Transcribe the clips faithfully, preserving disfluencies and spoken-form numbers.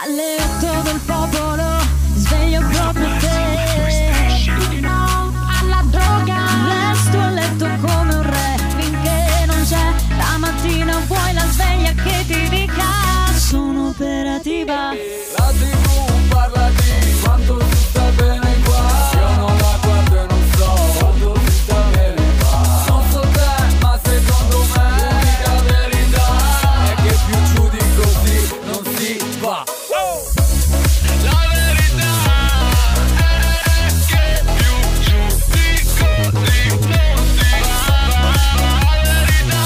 Alle otto del popolo sveglio proprio te. No alla droga, resto a letto come un re finché non c'è la mattina. Vuoi la sveglia che ti dica sono operativa. La tivù parla di quanto si sta bene qua. Io non la guardo e non so quanto si sta bene qua. Non so te, ma secondo me l'unica verità è che più giù di così non si va. La verità è che più giù di così non si va. La verità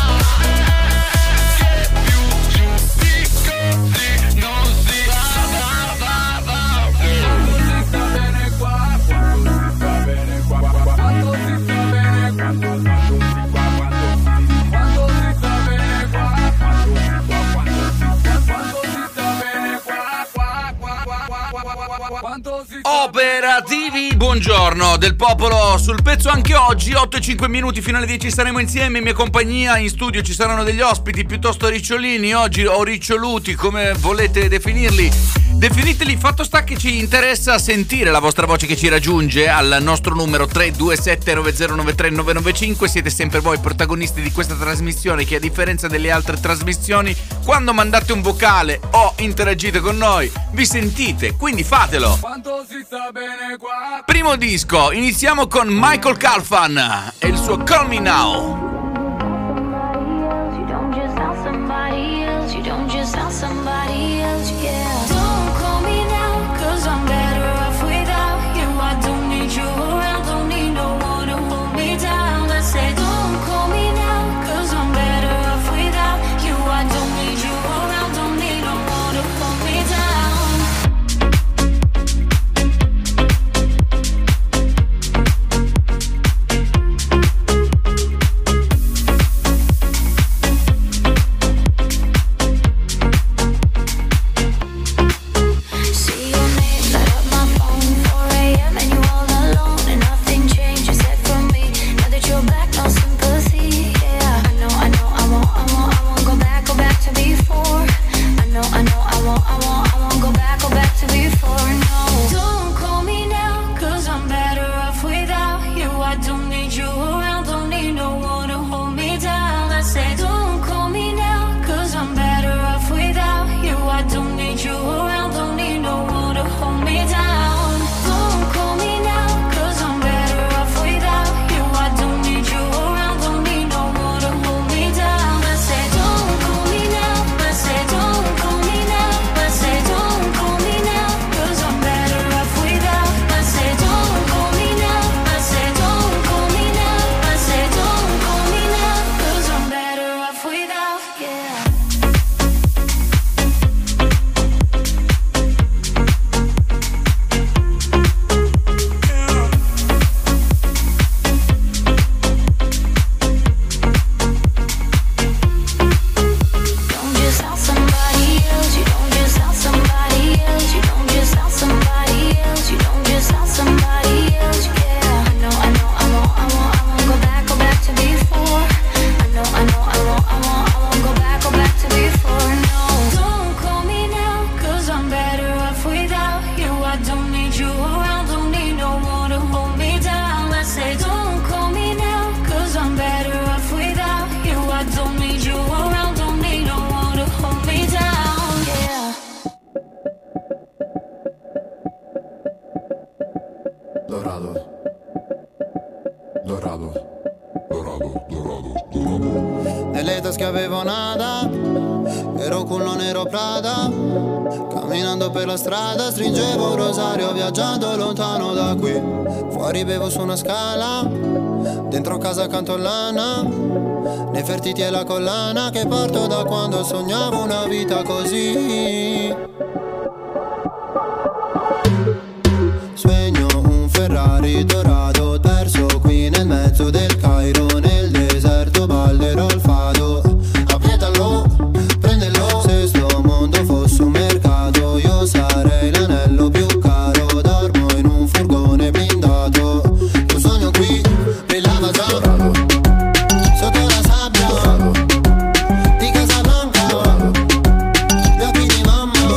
è che più giù di così non si va. Quando si sta bene qua, quando si sta bene qua, quando si sta bene, quando quando si qua, quando si sta bene qua, quando si qua, quando si quando si sta bene qua, qua qua qua qua qua quando si sta Operativi, buongiorno del popolo sul pezzo anche oggi, otto e cinque minuti fino alle dieci staremo insieme in mia compagnia. In studio ci saranno degli ospiti piuttosto ricciolini oggi, o riccioluti, come volete definirli. Definiteli, fatto sta che ci interessa sentire la vostra voce che ci raggiunge al nostro numero tre due sette nove zero nove tre nove nove cinque. Siete sempre voi protagonisti di questa trasmissione che, a differenza delle altre trasmissioni, quando mandate un vocale o interagite con noi vi sentite, quindi fatelo. quando si sta bene qua. Primo disco, iniziamo con Michael Calfan e il suo Call Me Now. You don't just sound somebody else, you don't just sound somebody else, yeah. Don't call me now, cause I'm better off without you. I don't need you around, don't need no one to hold me down. Let's say don't call me now, cause I'm better off without you. I don't need you around, don't need no one to hold me down. See your name light up my phone, four a.m. and you all alone, and nothing changed except for me. Now that you're back, no sympathy. Yeah, I know, I know, I won't, I won't, I won't go back, go back to before. I know, I know, I won't, I won't, I won't go back, go back to before. No, don't call me now, cause I'm better off without you. I don't need you around, don't need no one to hold me down. I say don't call me now, cause I'm better off without you. I don't need you around, don't need no one to hold me down. Don't call me now, cause I'm better off without you. I don't need you around, don't need no one to hold me down. I say don't call me now, I say don't call me now, I say don't call me now, cause I'm better off without. I say don't call me now, I say don't call me now, I say don't call me now, cause I'm better off without, yeah. Don't just sound somebody else, you don't just sound somebody else, you don't just sound somebody else, you don't just sound somebody else, yeah. I know, I know, I won't, I won't, I won't go back, go back to before. I know, I know, I won't, I won't, I won't go back, go back to before. No, don't call me now, cause I'm better off without you. I don't need you around, don't need no one to hold me down. I say don't call me now, cause I'm better off without you. I don't need you around, don't need no one to hold me down, yeah. Dorado, dorado, dorado, dorado, dorado. Nelle tasche avevo nada, ero culo nero Prada. Camminando per la strada stringevo un rosario, viaggiando lontano da qui. Fuori bevo su una scala, dentro casa canto lana. Nefertiti e la collana che porto da quando sognavo una vita così. Sogno un Ferrari dorato, perso qui nel mezzo del Cairo. Nel deserto ballerò il fado. Appietalo, prendelo. Se sto mondo fosse un mercato, io sarei l'anello più caro. Dormo in un furgone blindato. Un sogno qui, brillava già sotto la sabbia di Casablanca. Gli occhi di mamma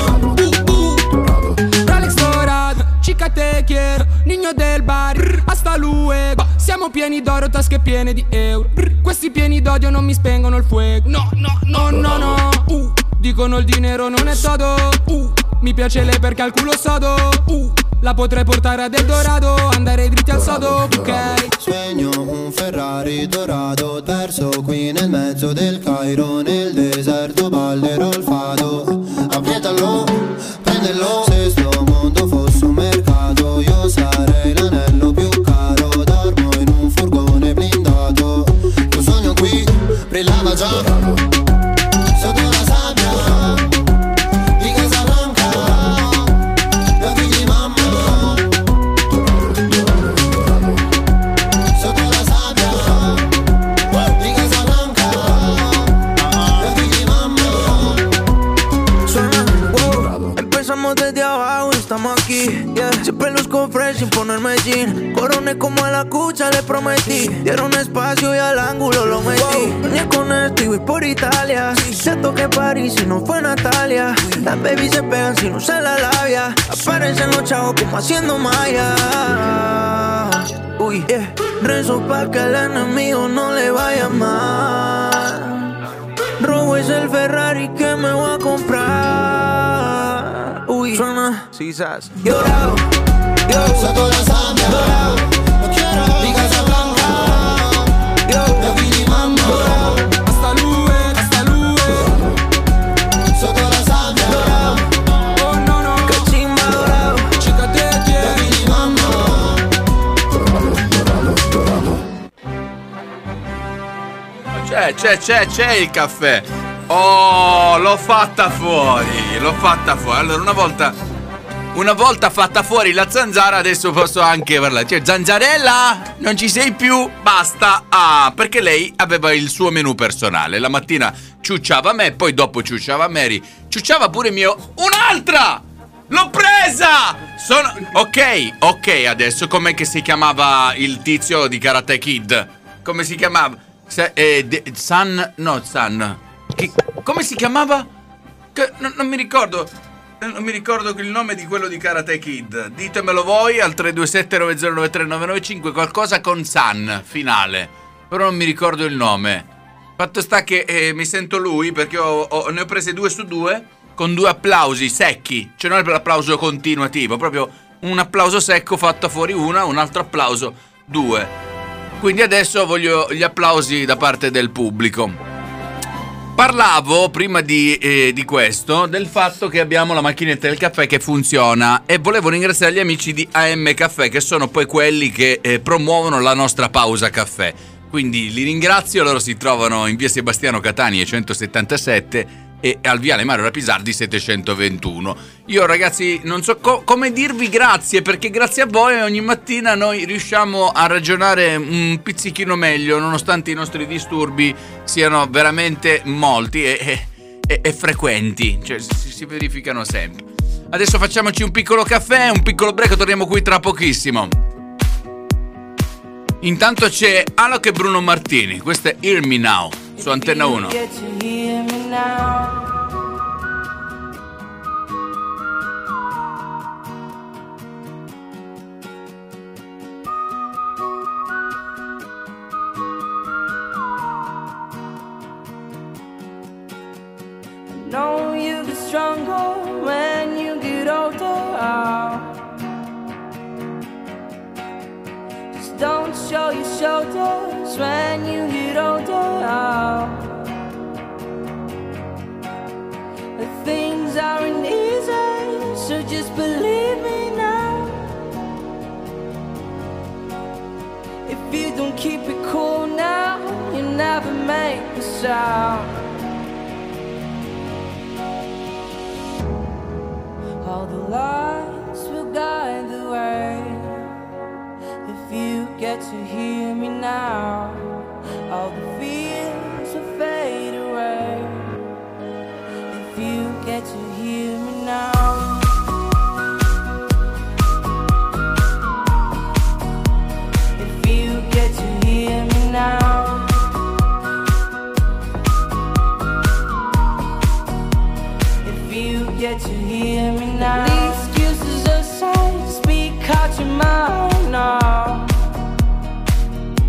Siamo pieni d'oro, tasche piene di euro. Brr, questi pieni d'odio non mi spengono il fuoco. No, no, no, no, no. Uh, dicono il dinero non è todo. Uh, mi piace lei perché ha il culo sodo. Uh, la potrei portare ad Eldorado, andare dritti al sodo, ok. Sogno un Ferrari dorato, perso qui nel mezzo del Cairo. Nel deserto ballerò il fado. Appietalo, prendelo. Se sto mondo fosse un mercato, io sarei l'anello più caro. Dormo in un furgone blindato. Tuo sogno qui brillava già sotto la sabbia di Casablanca. Gli occhi di mamma sotto la sabbia di Casablanca. Gli occhi di mamma. Suena, wow. Empezamos desde abajo y estamos aquí, yeah. Siempre luzco fresh sin ponerme jean. Coroné como en la cucha, le prometí. Dieron espacio y al ángulo lo metí. Wow. Ni con esto y voy por Italia. Siento que París y no fue Natalia. Las babies se pegan si no usan la labia. Aparecen los chavos como haciendo malla. Uy, yeah. Rezo pa' que el enemigo no le vaya mal. Robo es el Ferrari que me voy a comprar. Uy, suena, sisas. Llorado, yo, sotto la sabbia no quiero di Casablanca. yo, Gli occhi di mamma Hasta lue, hasta lue. sotto la sabbia. Oh no no, que chimba dorado. chica te Gli quiero. occhi di mamma. C'è, c'è, c'è, c'è il caffè. Oh, l'ho fatta fuori, l'ho fatta fuori. Allora, una volta, una volta fatta fuori la zanzara, adesso posso anche parlare. Cioè, zanzarella, non ci sei più, basta. Ah, perché lei aveva il suo menù personale. La mattina ciucciava me, poi dopo ciucciava Mary, ciucciava pure mio. Un'altra! L'ho presa! Sono... Ok, ok, adesso com'è che si chiamava il tizio di Karate Kid? Come si chiamava? Se, eh, de, San... No, San... Che, come si chiamava? Che, non, non mi ricordo. Non mi ricordo il nome di quello di Karate Kid. Ditemelo voi al tre due sette nove zero nove tre nove nove cinque. Qualcosa con San, finale. Però non mi ricordo il nome. Fatto sta che eh, mi sento lui perché ho, ho, ne ho prese due su due con due applausi secchi. Cioè non è l'applauso continuativo, proprio un applauso secco fatto fuori una, un altro applauso due. Quindi adesso voglio gli applausi da parte del pubblico. Parlavo prima di, eh, di questo del fatto che abbiamo la macchinetta del caffè che funziona e volevo ringraziare gli amici di A M Caffè che sono poi quelli che eh, promuovono la nostra pausa caffè. Quindi li ringrazio, loro si trovano in via Sebastiano Catania centosettantasette e al viale Mario Rapisardi settecentoventuno. Io ragazzi non so co- come dirvi grazie, perché grazie a voi ogni mattina noi riusciamo a ragionare un pizzichino meglio nonostante i nostri disturbi siano veramente molti e, e, e frequenti, cioè si, si verificano sempre. Adesso facciamoci un piccolo caffè, un piccolo break, torniamo qui tra pochissimo. Intanto c'è Alok e Bruno Martini, questo è Hear Me Now su Antenna uno. Know you get stronger when you get older. Just don't show your shoulders when you get older. The things aren't easy, so just believe me now. If you don't keep it cool now, you never make a sound. All the lights will guide the way. If you get to hear me now, all the fears will fade away. If you get to hear me now. If you get to hear me now. If you get to hear me now. The excuses aside, speak out your mind now.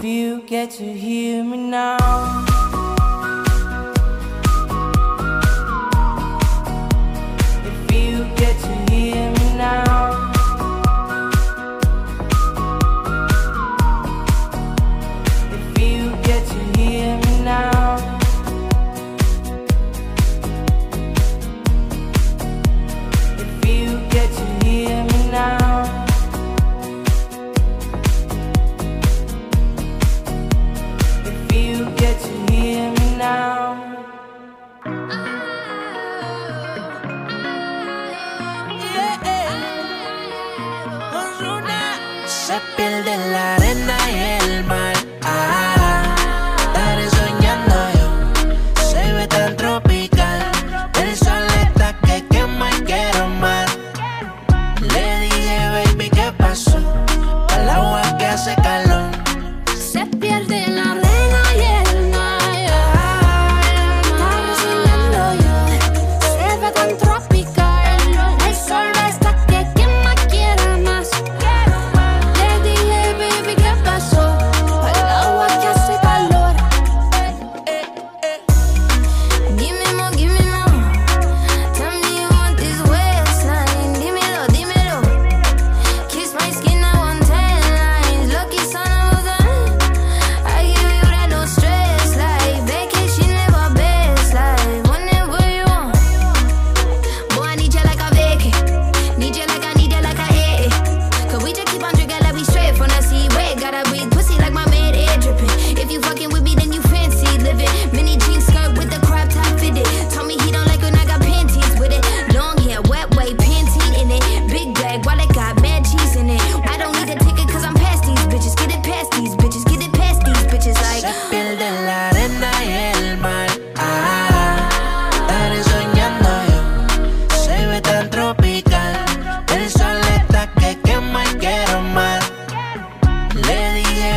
If you get to hear me now. If you get to hear me now. If you get to hear me now. If you get to hear me now. If you get to hear me now. Se pierde en la arena y el mar. Ah, estaré soñando yo. Se ve tan tropical. El sol está que quema y quiero más. Le dije, baby, ¿qué pasó? Al agua que hace calor. Se pierde en la arena y el mar. Estaré soñando yo. Se ve tan tropical. El sol está que quema, quiere más. Le dije, baby, ¿qué pasó? Al agua que hace calor. Give me more, give me more. Tell me you want this waistline. Dímelo, dímelo. Kiss my skin, I want ten lines. Lucky son of a gun. I give you that no stress life. Vacation, live our best life. Whenever you want. Boy, I need you like a vacay. Need you like I need you like I hate it. Cause we just keep on drinking like we straight from the sea. Wait, gotta breathe pussy like my maid air dripping. If you fucking with me, then you fancy living. Mini jean skirt with the crop top fitted. Told me he don't like when I got panties with it. Long hair, wet way, Pantene in it. Big bag, wallet got mad cheese in it. I don't need a ticket cause I'm past these bitches. Get it past these bitches, get it past these bitches like. Se pierde en la arena y el mar. Ah, estaré soñando yo. Se ve tan tropical. El sol está que quema y quiero más. Le dije,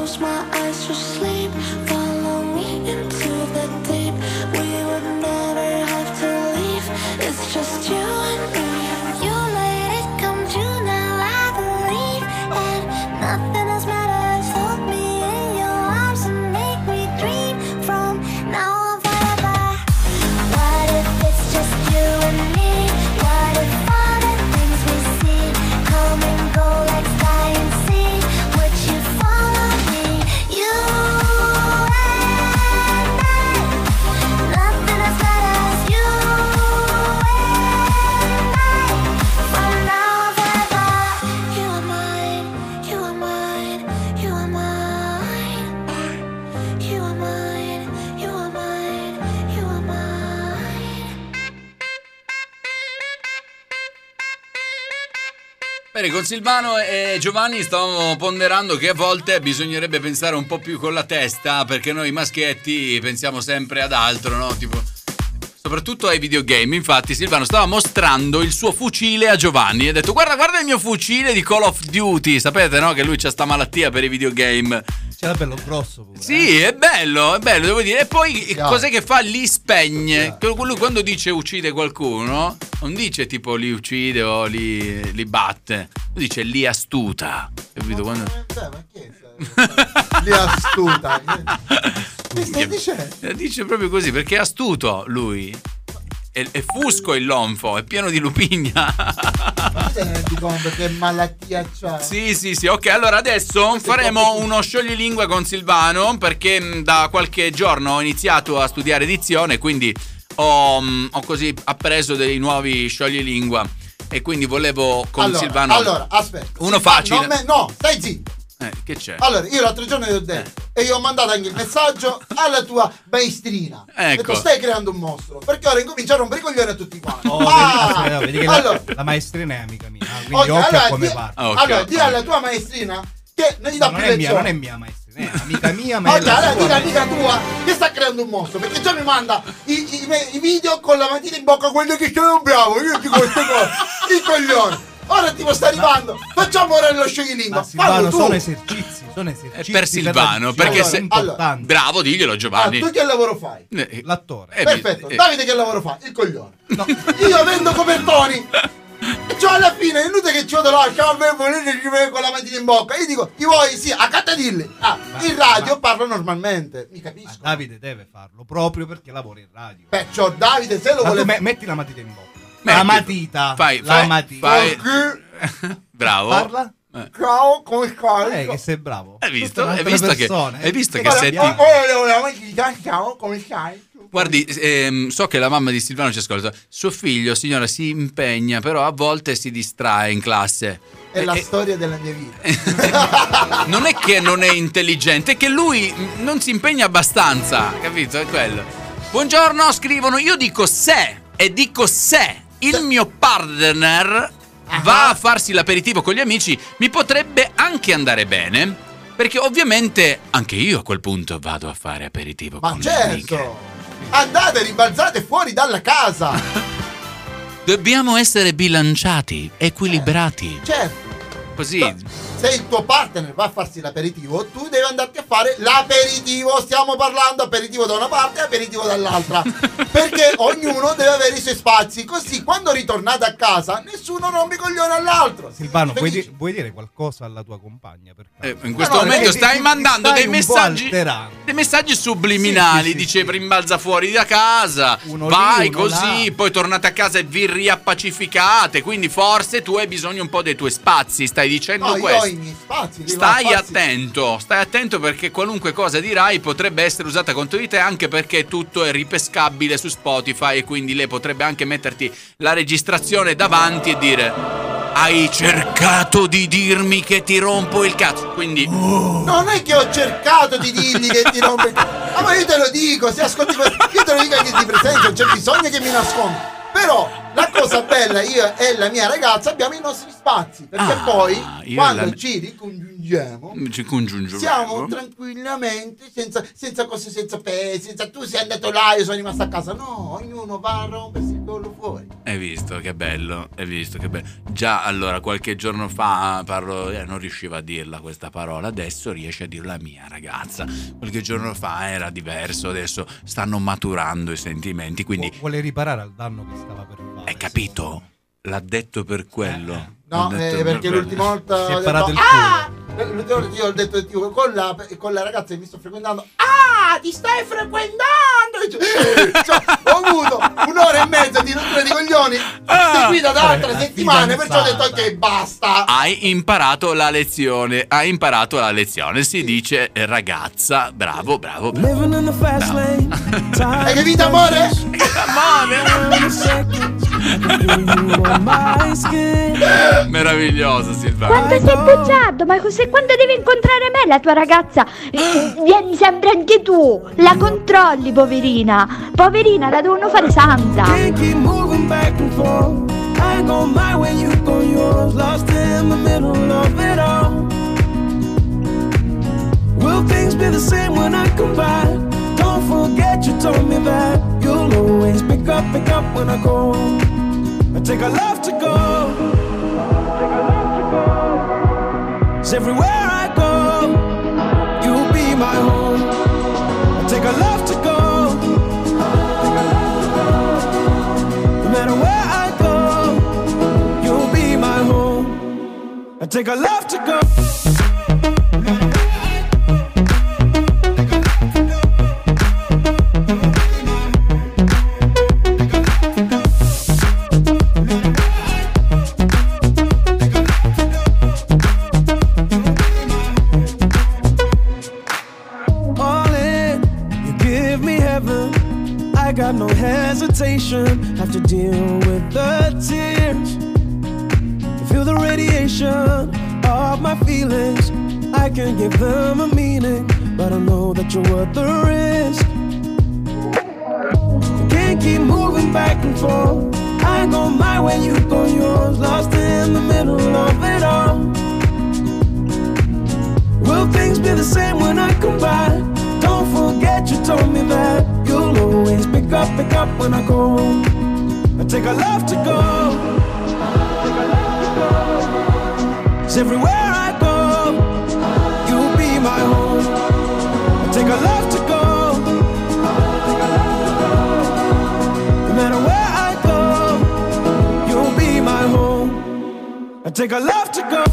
close my eyes to sleep. Follow me into the deep. We would never have to leave. It's just you and me. You made it come true, now I believe. And nothing else matters. Hold me in your arms and make me dream from now on forever. What if it's just you and me? What if all the things we see come and go like sky and sea? Would you follow me? You and I. Nothing else matters. You and I. From now on forever. You are mine. You are mine. You are mine. You are mine. You are mine. You are mine. Bene, con Silvano e Giovanni stavamo ponderando che a volte bisognerebbe pensare un po' più con la testa, perché noi maschietti pensiamo sempre ad altro, no? Tipo, soprattutto ai videogame. Infatti Silvano stava mostrando il suo fucile a Giovanni e ha detto: guarda, guarda il mio fucile di Call of Duty. Sapete, no? Che lui c'ha sta malattia per i videogame. C'era bello grosso pure. Sì, è bello, è bello, devo dire. E poi Chiaro. cos'è che fa? Li spegne. Lui quando dice uccide qualcuno, non dice tipo li uccide o li, li batte. Lui dice li astuta. Capito? Quando... Ma che è? Li astuta. Che stai dicendo? Dice proprio così, perché è astuto lui. È, è fusco il lonfo, è pieno di lupigna. Ma te ne rendi conto che malattia c'ha? Sì, sì, sì. Ok, allora adesso faremo uno scioglilingua con Silvano, perché mh, da qualche giorno ho iniziato a studiare dizione, quindi ho, mh, ho così appreso dei nuovi scioglilingua e quindi volevo con allora, Silvano. Allora, aspetta. Uno Silvano, facile. non me- no, stai zitto. Eh, che c'è? Allora, io l'altro giorno gli ho detto e io ho mandato anche il messaggio alla tua maestrina. Ecco. Ho detto, stai creando un mostro, perché ora incomincia a rompere i coglioni a tutti quanti. Oh, Ah! vedi, vedi che Allora, la, la maestrina è amica mia, quindi ok, occhio allora, a come di- parla. Ah, ok, allora, ok. di alla tua maestrina che non gli dà Non più è mia, lezioni. non è mia maestrina, è amica mia, ma è Ok, la allora sua di l'amica maestrina. tua che sta creando un mostro, perché già mi manda i, i- i video con la matita in bocca, quello che sono bravo, io dico queste cose, il coglione. Ora tipo sta arrivando, facciamo ora lo scioglilingua. Ma Silvano, Fallo tu. sono esercizi, sono esercizi. È per Silvano, perché se se- importanti. Bravo, diglielo Ah, Giovanni. tu che lavoro fai? Eh, L'attore. eh, Perfetto, eh, Davide che lavoro fa? Il coglione. No. Io vendo copertoni. E cioè alla fine è inutile che ci vado là, ciao, me volete ci vengo con la matita in bocca. Io dico, i vuoi sì, accattadilli. Ah, Ma- in radio ma- parlo normalmente, mi Ma capisco. Davide deve farlo proprio perché lavora in radio. Perciò Davide se lo Ma tu vuole me- metti la matita in bocca. Metti- la matita. fai- la fai- matita. fai- Perché? Bravo. Parla? Eh. Ciao, come stai? Eh, che sei bravo. Hai visto? Queste Hai sono visto altre che, persone. hai visto che Guarda, sei io- tipo- ora la matita, ciao, come stai? Guardi, ehm, so che la mamma di Silvano ci ascolta. Suo figlio, signora, si impegna, però a volte si distrae in classe. È E- la e- storia della mia vita. non è che non è intelligente, è che lui non si impegna abbastanza, capito? È quello. Buongiorno, scrivono, io dico se, e dico se il mio partner va a farsi l'aperitivo con gli amici, mi potrebbe anche andare bene, perché ovviamente anche io a quel punto vado a fare aperitivo Ma con le amiche. certo. Andate, rimbalzate fuori dalla casa. Dobbiamo essere bilanciati, equilibrati. Certo. Così. Se il tuo partner va a farsi l'aperitivo, tu devi andarti a fare l'aperitivo. Stiamo parlando aperitivo da una parte e aperitivo dall'altra. Perché ognuno deve avere i suoi spazi. Così quando ritornate a casa nessuno rompe i coglioni all'altro. Silvano, vuoi, Felici. di- vuoi dire qualcosa alla tua compagna? Per caso? Eh, in questo No, no, momento perché stai ti- ti mandando stai dei un po' messaggi alterando. dei messaggi subliminali. Sì, sì, sì, Dice sì. rimbalza fuori da casa, Uno lì, vai uno così, là. poi tornate a casa e vi riappacificate. Quindi forse tu hai bisogno un po' dei tuoi spazi. Stai dicendo No, io questo. ho i miei spazi. devo Stai spazi. attento, stai attento perché qualunque cosa dirai potrebbe essere usata contro di te, anche perché tutto è ripescabile su Spotify e quindi lei potrebbe anche metterti la registrazione davanti e dire: hai cercato di dirmi che ti rompo il cazzo. Quindi Non è che ho cercato di dirgli che ti rompe. Ah, ma io te lo dico, se ascolti questo, io te lo dico che ti presento, non c'è bisogno che mi nascondi. Però la cosa bella, io e la mia ragazza abbiamo i nostri spazi, perché Ah, poi io e quando la- ci ricongiungiamo ci congiungiamo. siamo tranquillamente, senza, senza cose, senza pesi, senza tu sei andato là, io sono rimasto a casa. No, ognuno va a rompersi il buttalo fuori. Hai visto che bello, hai visto che bello. Già allora qualche giorno fa parlo, eh, non riuscivo a dirla questa parola, adesso riesce a dirla mia ragazza. Qualche giorno fa era diverso, adesso stanno maturando i sentimenti, quindi vuole riparare al danno che stava per fare. hai capito? L'ha detto per quello. No, eh, perché l'ultima volta si è ho parato detto, il ah! L'ultima volta io ho detto tipo, con, la, con la ragazza che mi sto frequentando, ah, ti stai frequentando! Cioè, ho avuto un'ora e mezza di rottura di coglioni seguita da altre settimane, perciò ho detto ok, basta. Hai imparato la lezione, hai imparato la lezione, si dice eh, ragazza, bravo, bravo, bravo. Hai capito amore? Meraviglioso Silvana. Quanto sei bugiardo, ma se quando devi incontrare me la tua ragazza eh, vieni sempre anche tu, la controlli poverina, poverina la devono fare santa. Will things be the same when I come back? Don't forget you told me that you'll always pick up, pick up when I go. I take a love to go. Cause everywhere I go, you'll be my home. I take a love to go. No matter where I go, you'll be my home. I take a love to go. Got no hesitation, have to deal with the tears. To feel the radiation of my feelings, I can give them a meaning, but I know that you're worth the risk. I can't keep moving back and forth. I go my way, you go yours, lost in the middle of it all. Will things be the same when I come back? Don't forget you told me that you'll always pick up, pick up when I go. I take a love to go. Cause everywhere I go, you'll be my home. I take a love to go. No matter where I go, you'll be my home. I take a love to go.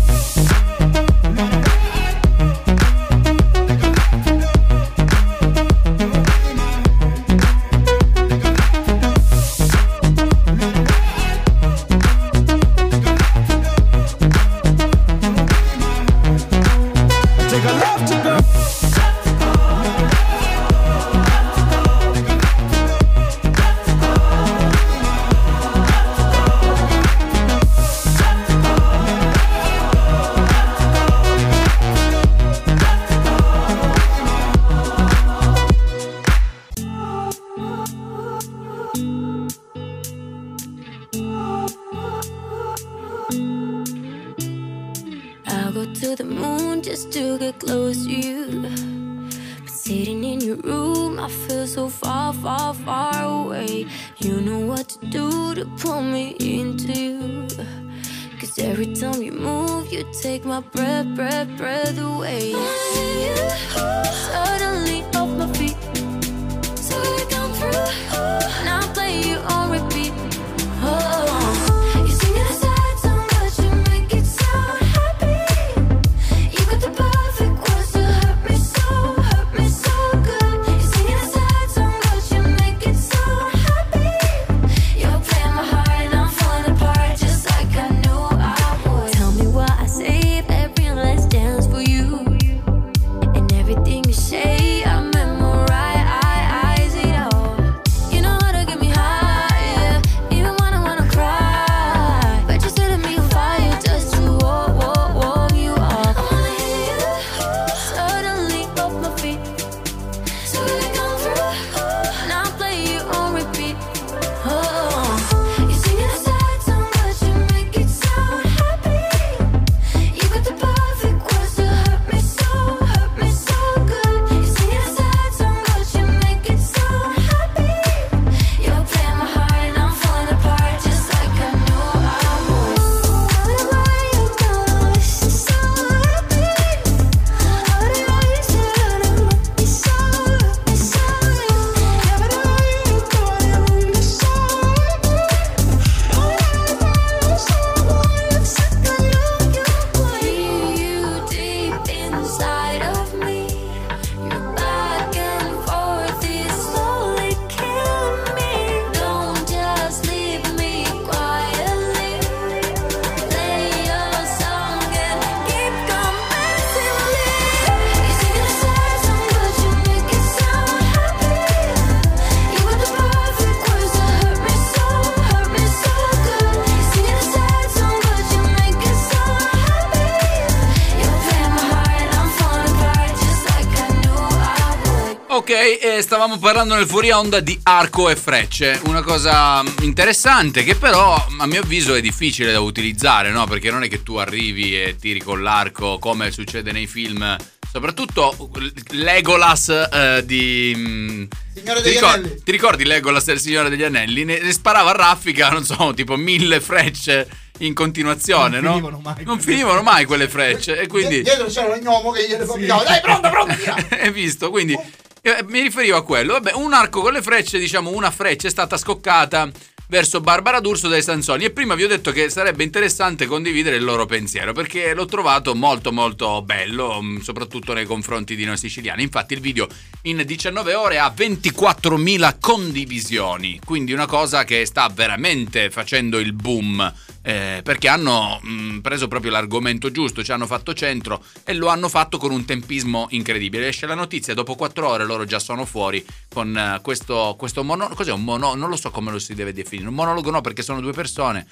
Ok, eh, stavamo parlando nel fuori onda di arco e frecce, una cosa interessante che però a mio avviso è difficile da utilizzare, no? Perché non è che tu arrivi e tiri con l'arco come succede nei film, soprattutto Legolas eh, di... Signore ti degli ricordi, Anelli. Ti ricordi Legolas del Signore degli Anelli? Ne, ne sparava a raffica, non so, tipo mille frecce in continuazione, non no? Finivano mai non finivano mai quelle frecce e quindi... Dietro c'era un gnomo che gliele provocava. Dai, pronto, pronto, via! Hai visto? Quindi eh, mi riferivo a quello. Vabbè, un arco con le frecce, diciamo una freccia è stata scoccata verso Barbara D'Urso dai Sansoni e prima vi ho detto che sarebbe interessante condividere il loro pensiero perché l'ho trovato molto molto bello, soprattutto nei confronti di noi siciliani. Infatti il video in diciannove ore ha ventiquattromila condivisioni, quindi una cosa che sta veramente facendo il boom. Eh, perché hanno mh, preso proprio l'argomento giusto, ci hanno fatto centro e lo hanno fatto con un tempismo incredibile. Esce la notizia, dopo quattro ore loro già sono fuori con uh, questo, questo monologo. Cos'è un monologo? Non lo so come lo si deve definire. Un monologo no, perché sono due persone.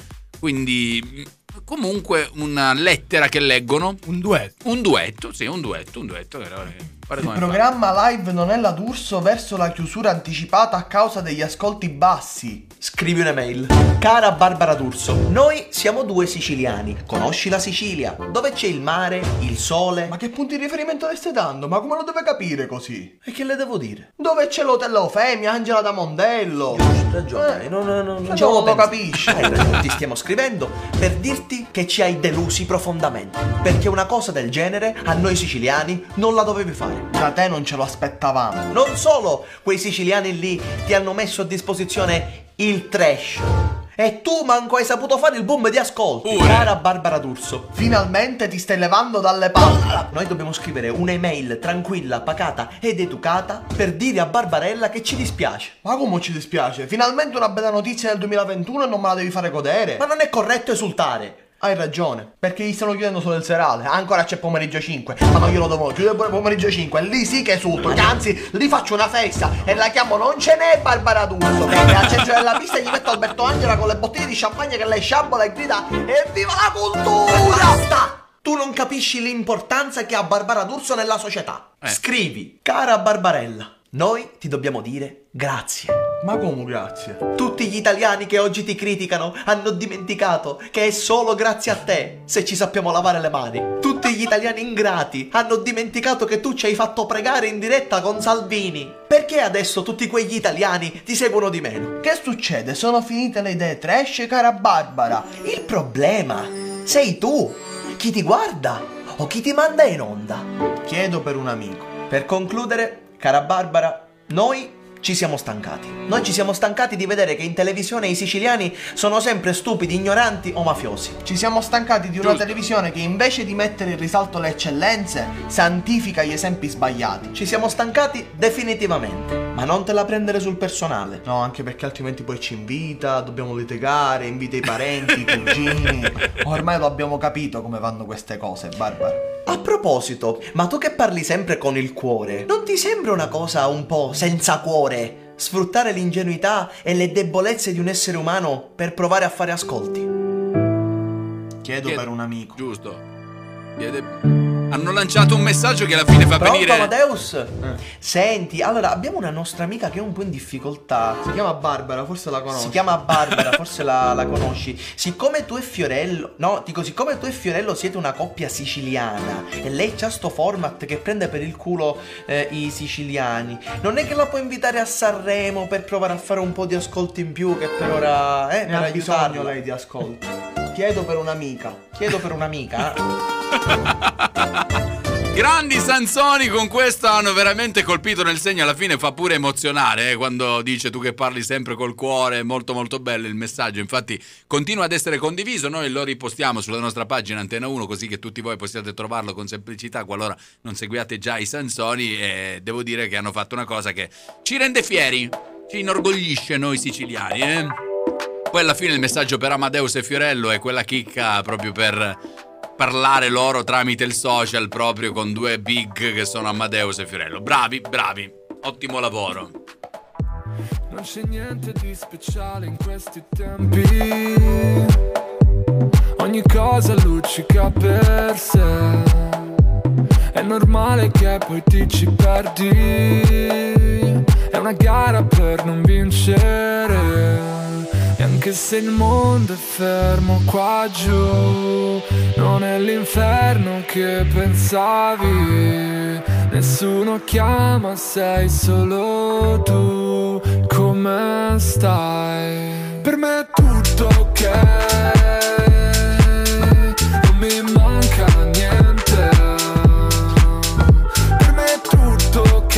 Quindi comunque una lettera che leggono. Un duetto. Un duetto, sì, un duetto, un duetto. Il programma live non è la D'Urso verso la chiusura anticipata a causa degli ascolti bassi. Scrivi un'email. Cara Barbara D'Urso, noi siamo due siciliani. Conosci la Sicilia? Dove c'è il mare, il sole? Ma che punti di riferimento le stai dando? Ma come lo deve capire così? E che le devo dire? Dove c'è l'hotel Eufemia, Angela da Mondello? Hai ragione, eh, non, non, non, non, non lo capisci. Hai ragione, ti stiamo scrivendo per dirti che ci hai delusi profondamente. Perché una cosa del genere a noi siciliani non la dovevi fare. Da te non ce lo aspettavamo. Non solo, quei siciliani lì ti hanno messo a disposizione il trash e tu manco hai saputo fare il boom di ascolti. Pure. Cara Barbara D'Urso, finalmente ti stai levando dalle palle. Noi dobbiamo scrivere un'email tranquilla, pacata ed educata per dire a Barbarella che ci dispiace. Ma come ci dispiace? Finalmente una bella notizia nel duemilaventuno e non me la devi fare godere. Ma non è corretto esultare. Hai ragione, perché gli stanno chiudendo solo il serale. Ancora c'è pomeriggio cinque, ma non glielo devo chiudere pure pomeriggio cinque. Lì sì che esulto, anzi lì faccio una festa e la chiamo Non ce n'è Barbara D'Urso, perché al centro della pista gli metto Alberto Angela con le bottiglie di champagne che lei sciambola e grida evviva la cultura! Basta! Tu non capisci l'importanza che ha Barbara D'Urso nella società. Eh. Scrivi, cara Barbarella, noi ti dobbiamo dire grazie. Ma come grazie? Tutti gli italiani che oggi ti criticano hanno dimenticato che è solo grazie a te se ci sappiamo lavare le mani. Tutti gli italiani ingrati hanno dimenticato che tu ci hai fatto pregare in diretta con Salvini. Perché adesso tutti quegli italiani ti seguono di meno? Che succede? Sono finite le idee trash, cara Barbara. Il problema sei tu. Chi ti guarda o chi ti manda in onda? Chiedo per un amico. Per concludere, cara Barbara, noi ci siamo stancati. Noi ci siamo stancati di vedere che in televisione i siciliani sono sempre stupidi, ignoranti o mafiosi. Ci siamo stancati di una Giusto. televisione che invece di mettere in risalto le eccellenze, santifica gli esempi sbagliati. Ci siamo stancati definitivamente. Ma non te la prendere sul personale. No, anche perché altrimenti poi ci invita, dobbiamo litigare, invita i parenti, i cugini. Ormai lo abbiamo capito come vanno queste cose, Barbara. A proposito, ma tu che parli sempre con il cuore, non ti sembra una cosa un po' senza cuore? Sfruttare l'ingenuità e le debolezze di un essere umano per provare a fare ascolti? Chiedo Chiede, per un amico. Giusto. Chiede... Hanno lanciato un messaggio che alla fine fa Pronto, venire... Amadeus? Eh. Senti, allora abbiamo una nostra amica che è un po' in difficoltà. Si chiama Barbara, forse la conosci. Si chiama Barbara, forse la, la conosci. Siccome tu e Fiorello, no, dico, siccome tu e Fiorello siete una coppia siciliana e lei c'ha sto format che prende per il culo eh, i siciliani, non è che la puoi invitare a Sanremo per provare a fare un po' di ascolti in più, che per ora, eh, ne per ha aiutarla. bisogno lei di ascolti. Chiedo per un'amica. Chiedo per un'amica, eh. Grandi Sansoni con questo hanno veramente colpito nel segno, alla fine fa pure emozionare eh, quando dice tu che parli sempre col cuore, molto molto bello il messaggio, infatti continua ad essere condiviso, noi lo ripostiamo sulla nostra pagina Antena uno così che tutti voi possiate trovarlo con semplicità qualora non seguiate già i Sansoni e devo dire che hanno fatto una cosa che ci rende fieri, ci inorgoglisce noi siciliani eh. Poi alla fine il messaggio per Amadeus e Fiorello è quella chicca proprio per parlare loro tramite il social proprio con due big che sono Amadeus e Fiorello. Bravi, bravi, ottimo lavoro. Non c'è niente di speciale in questi tempi, ogni cosa luccica per sé e normale che poi ti ci perdi, è una gara per non vincere. E anche se il mondo è fermo qua giù, non è l'inferno che pensavi. Nessuno chiama, sei solo tu. Come stai? Per me è tutto ok, non mi manca niente. Per me è tutto ok,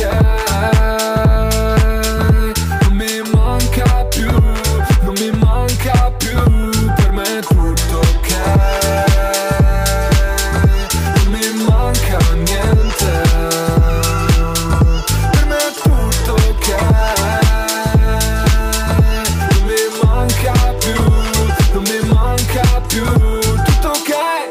non mi manca più, non mi manca più. Per me è tutto ok, non mi manca niente. Per me è tutto ok, non mi manca più, non mi manca più. Tutto ok.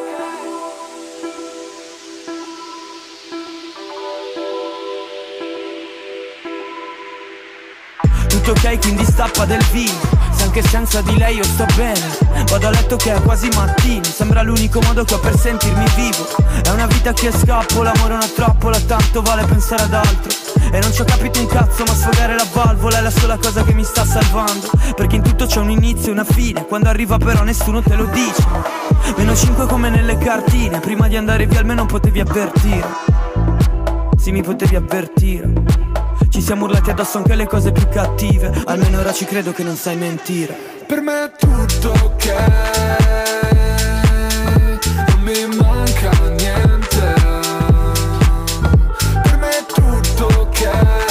Tutto ok, quindi stappa del vino. Se anche senza di lei io sto bene. Vado a letto che è quasi mattino. Sembra l'unico modo che ho per sentirmi vivo. È una vita che scappo, l'amore è una trappola. Tanto vale pensare ad altro. E non ci ho capito un cazzo, ma sfogare la valvola è la sola cosa che mi sta salvando. Perché in tutto c'è un inizio e una fine. Quando arriva però nessuno te lo dice. Meno cinque come nelle cartine. Prima di andare via almeno potevi avvertire. Sì, mi potevi avvertire. Ci siamo urlati addosso anche le cose più cattive. Almeno ora ci credo che non sai mentire. Per me è tutto ok, non mi manca niente. Per me è tutto ok,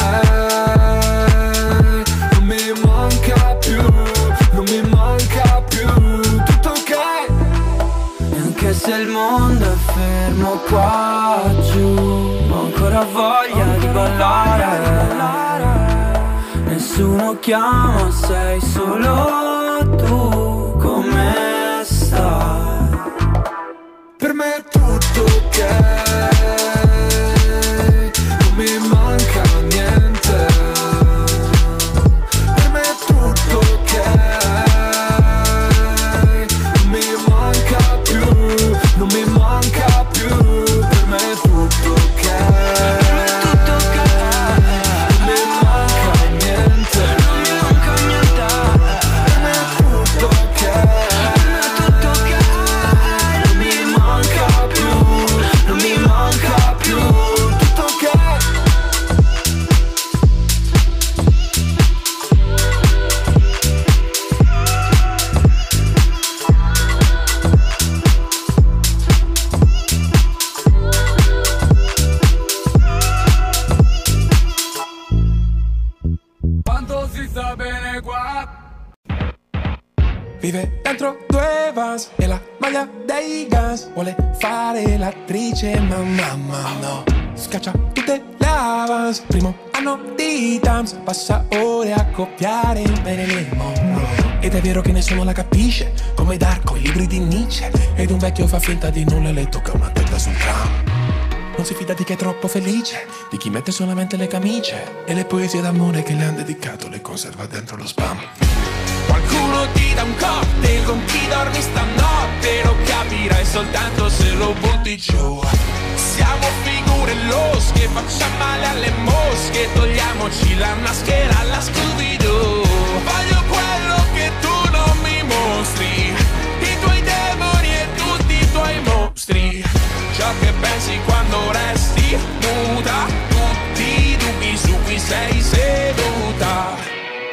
non mi manca più, non mi manca più. Tutto ok. E anche se il mondo è fermo qua giù, ho ancora voglia di ballare. Nessuno chiama, sei solo tu. Come stai? Per me è tutto ok, non mi manca niente. Per me è tutto ok, non mi manca più, non mi manca più. Per me è tutto ok, per me è tutto ok, non mi manca niente, non mi manca niente. Per me è tutto ok, per me è tutto ok, non mi manca più, non mi manca più. Tutto ok. Quanto si sta bene qua. Vive dentro due vans e la maglia dei Guns. Vuole fare l'attrice ma mamma no. Scaccia tutte le avance. Primo anno di Tams. Passa ore a copiare Marilyn Monroe. Ed è vero che nessuno la capisce, come Darko, i libri di Nietzsche. Ed un vecchio fa finta di nulla e le tocca una testa sul tram. Non si fida di chi è troppo felice, di chi mette solamente le camicie. E le poesie d'amore che le han dedicato le conserva dentro lo spam. Qualcuno ti dà un cocktail con chi dormi stanotte. Lo capirai soltanto se lo butti giù. Siamo figure losche, facciamo male alle mosche. Togliamoci la maschera alla Scooby-Doo. Voglio quello che tu non mi mostri, i tuoi demoni e tutti i tuoi mostri. Ciò che pensi quando resti muta, tutti i dubbi su cui sei seduta.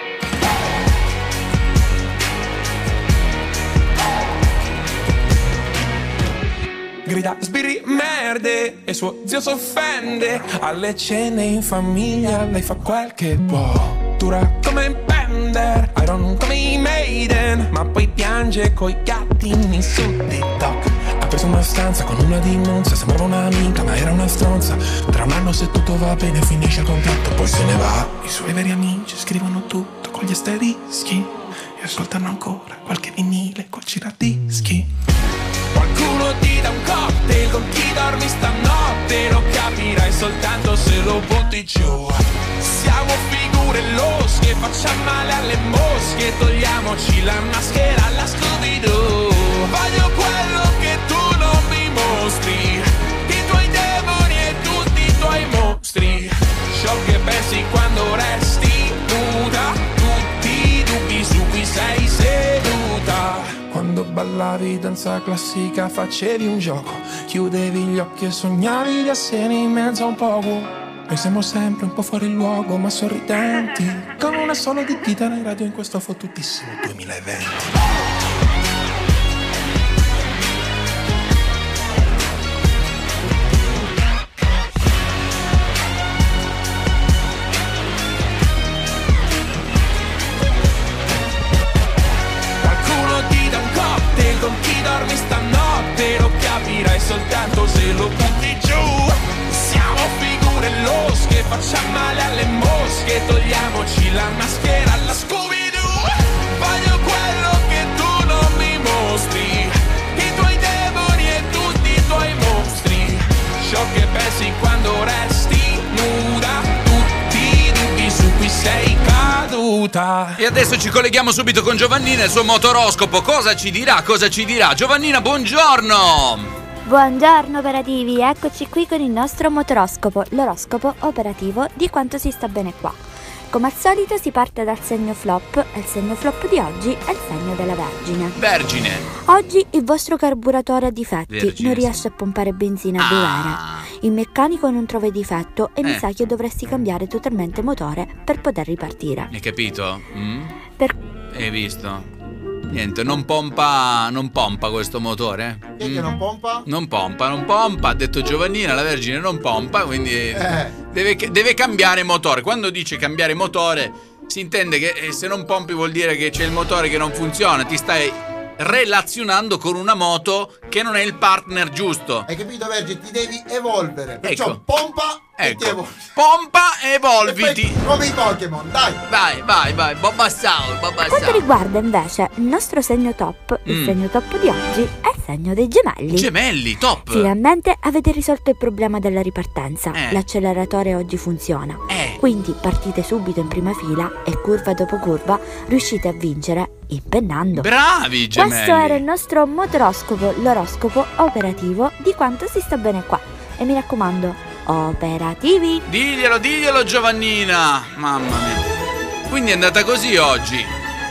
Grida sbirri merde e suo zio s'offende. Alle cene in famiglia lei fa quel che può. Dura come Bender, Iron come i Maiden. Ma poi piange coi gattini su TikTok. Ha preso una stanza con una di Monza. Sembrava una minca ma era una stronza. Tra un anno se tutto va bene finisce il contratto, poi se ne va. I suoi veri amici scrivono tutto con gli asterischi e ascoltano ancora qualche vinile col giradischi. Qualcuno ti dà un cocktail con chi dormi stanotte. Lo capirai soltanto se lo butti giù. Siamo figure losche, facciamo male alle mosche. Togliamoci la maschera alla Scooby-Doo. Voglio quello che tu non mi mostri, i tuoi demoni e tu ballavi danza classica, facevi un gioco, chiudevi gli occhi e sognavi di essere in mezzo a un poco. Noi siamo sempre un po' fuori luogo ma sorridenti, con una sola di chitarra in radio in questo fottutissimo duemilaventi. Con chi dormi stanotte lo capirai soltanto se lo butti giù. Siamo figure losche, facciamo male alle mosche, togliamoci la maschera alla Scooby-Doo. Voglio quello che tu non mi mostri, i tuoi demoni e tutti i tuoi mostri, ciò che pensi quando resti nuda, tutti i dubbi su cui sei caduta. E adesso ci colleghiamo subito con Giovannina e il suo motoroscopo. Cosa ci dirà? Cosa ci dirà? Giovannina, buongiorno! Buongiorno operativi, eccoci qui con il nostro motoroscopo, l'oroscopo operativo di quanto si sta bene qua. Come al solito si parte dal segno flop e il segno flop di oggi è il segno della Vergine. Vergine! Oggi il vostro carburatore ha difetti, Vergine, non riesce a pompare benzina a dovere. Il meccanico non trova il difetto e mi Eh. sa che dovresti cambiare totalmente motore per poter ripartire. Hai capito? Mm? Per... Hai visto? Niente, non pompa, non pompa questo motore. Chi è che non pompa? Non pompa, non pompa, ha detto Giovannina, la Vergine non pompa, quindi Eh. deve, deve cambiare motore. Quando dice cambiare motore, si intende che eh, se non pompi vuol dire che c'è il motore che non funziona, ti stai relazionando con una moto che non è il partner giusto. Hai capito, Vergine? Ti devi evolvere. Perciò Ecco. pompa e ti Ecco, evolvi. pompa e evolviti. E poi, come i Pokémon, dai. Vai, vai, vai, Bobassau, Per quanto Bobassau. riguarda invece il nostro segno top, il Mm. segno top di oggi è il segno dei gemelli. Gemelli, top. Finalmente avete risolto il problema della ripartenza. Eh. L'acceleratore oggi funziona. Eh. Quindi partite subito in prima fila e curva dopo curva riuscite a vincere impennando. Bravi gemelli. Questo era il nostro motoroscopo, l'oroscopo operativo di quanto si sta bene qua. E mi raccomando, operativi! Diglielo, diglielo Giovannina. Mamma mia. Quindi è andata così oggi.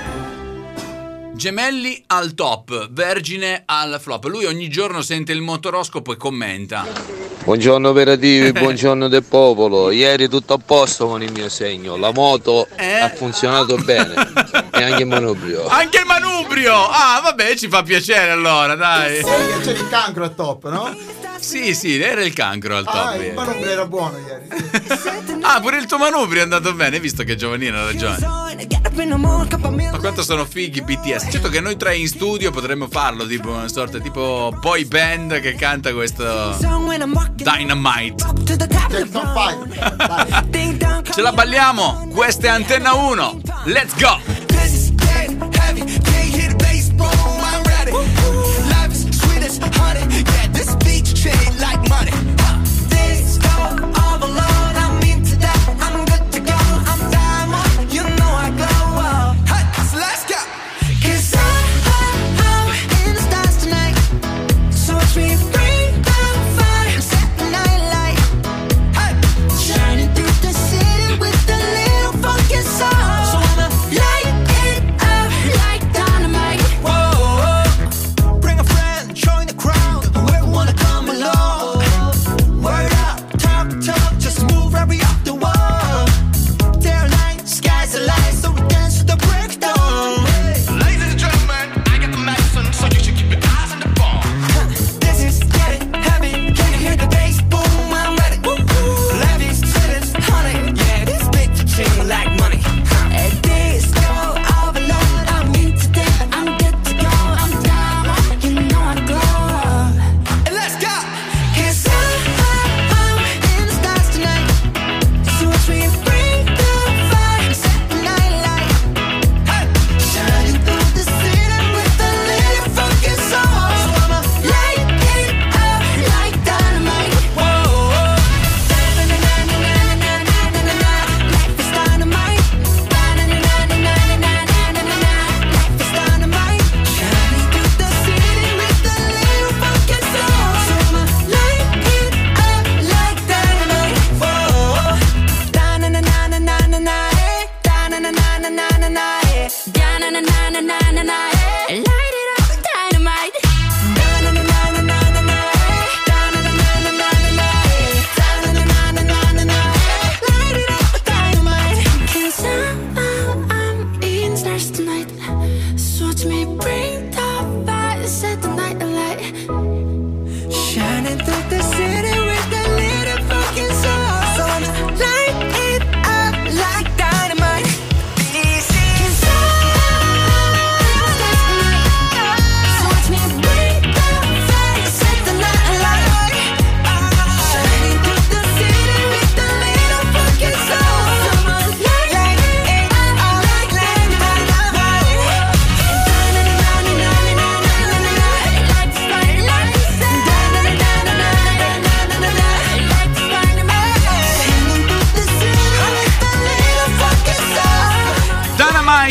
Gemelli al top, Vergine al flop. Lui ogni giorno sente il motoroscopo e commenta. Buongiorno operativi, buongiorno del popolo. Ieri tutto a posto con il mio segno. La moto ha funzionato bene. E anche il manubrio. Anche il manubrio! Ah, vabbè, ci fa piacere allora, dai. Sì, c'è il cancro al top, no? Sì, sì, era il cancro al top. Ah, il ieri. manubrio era buono ieri. Ah, pure il tuo manubrio è andato bene, visto che Giovannina ha ragione. Ma quanto sono fighi B T S. Certo che noi tre in studio potremmo farlo, tipo una sorta tipo boy band che canta questo Dynamite. Jackson Five. Ce la balliamo? Questa è Antenna uno. Let's go! Shining through the city with a little funky soul. So I'ma light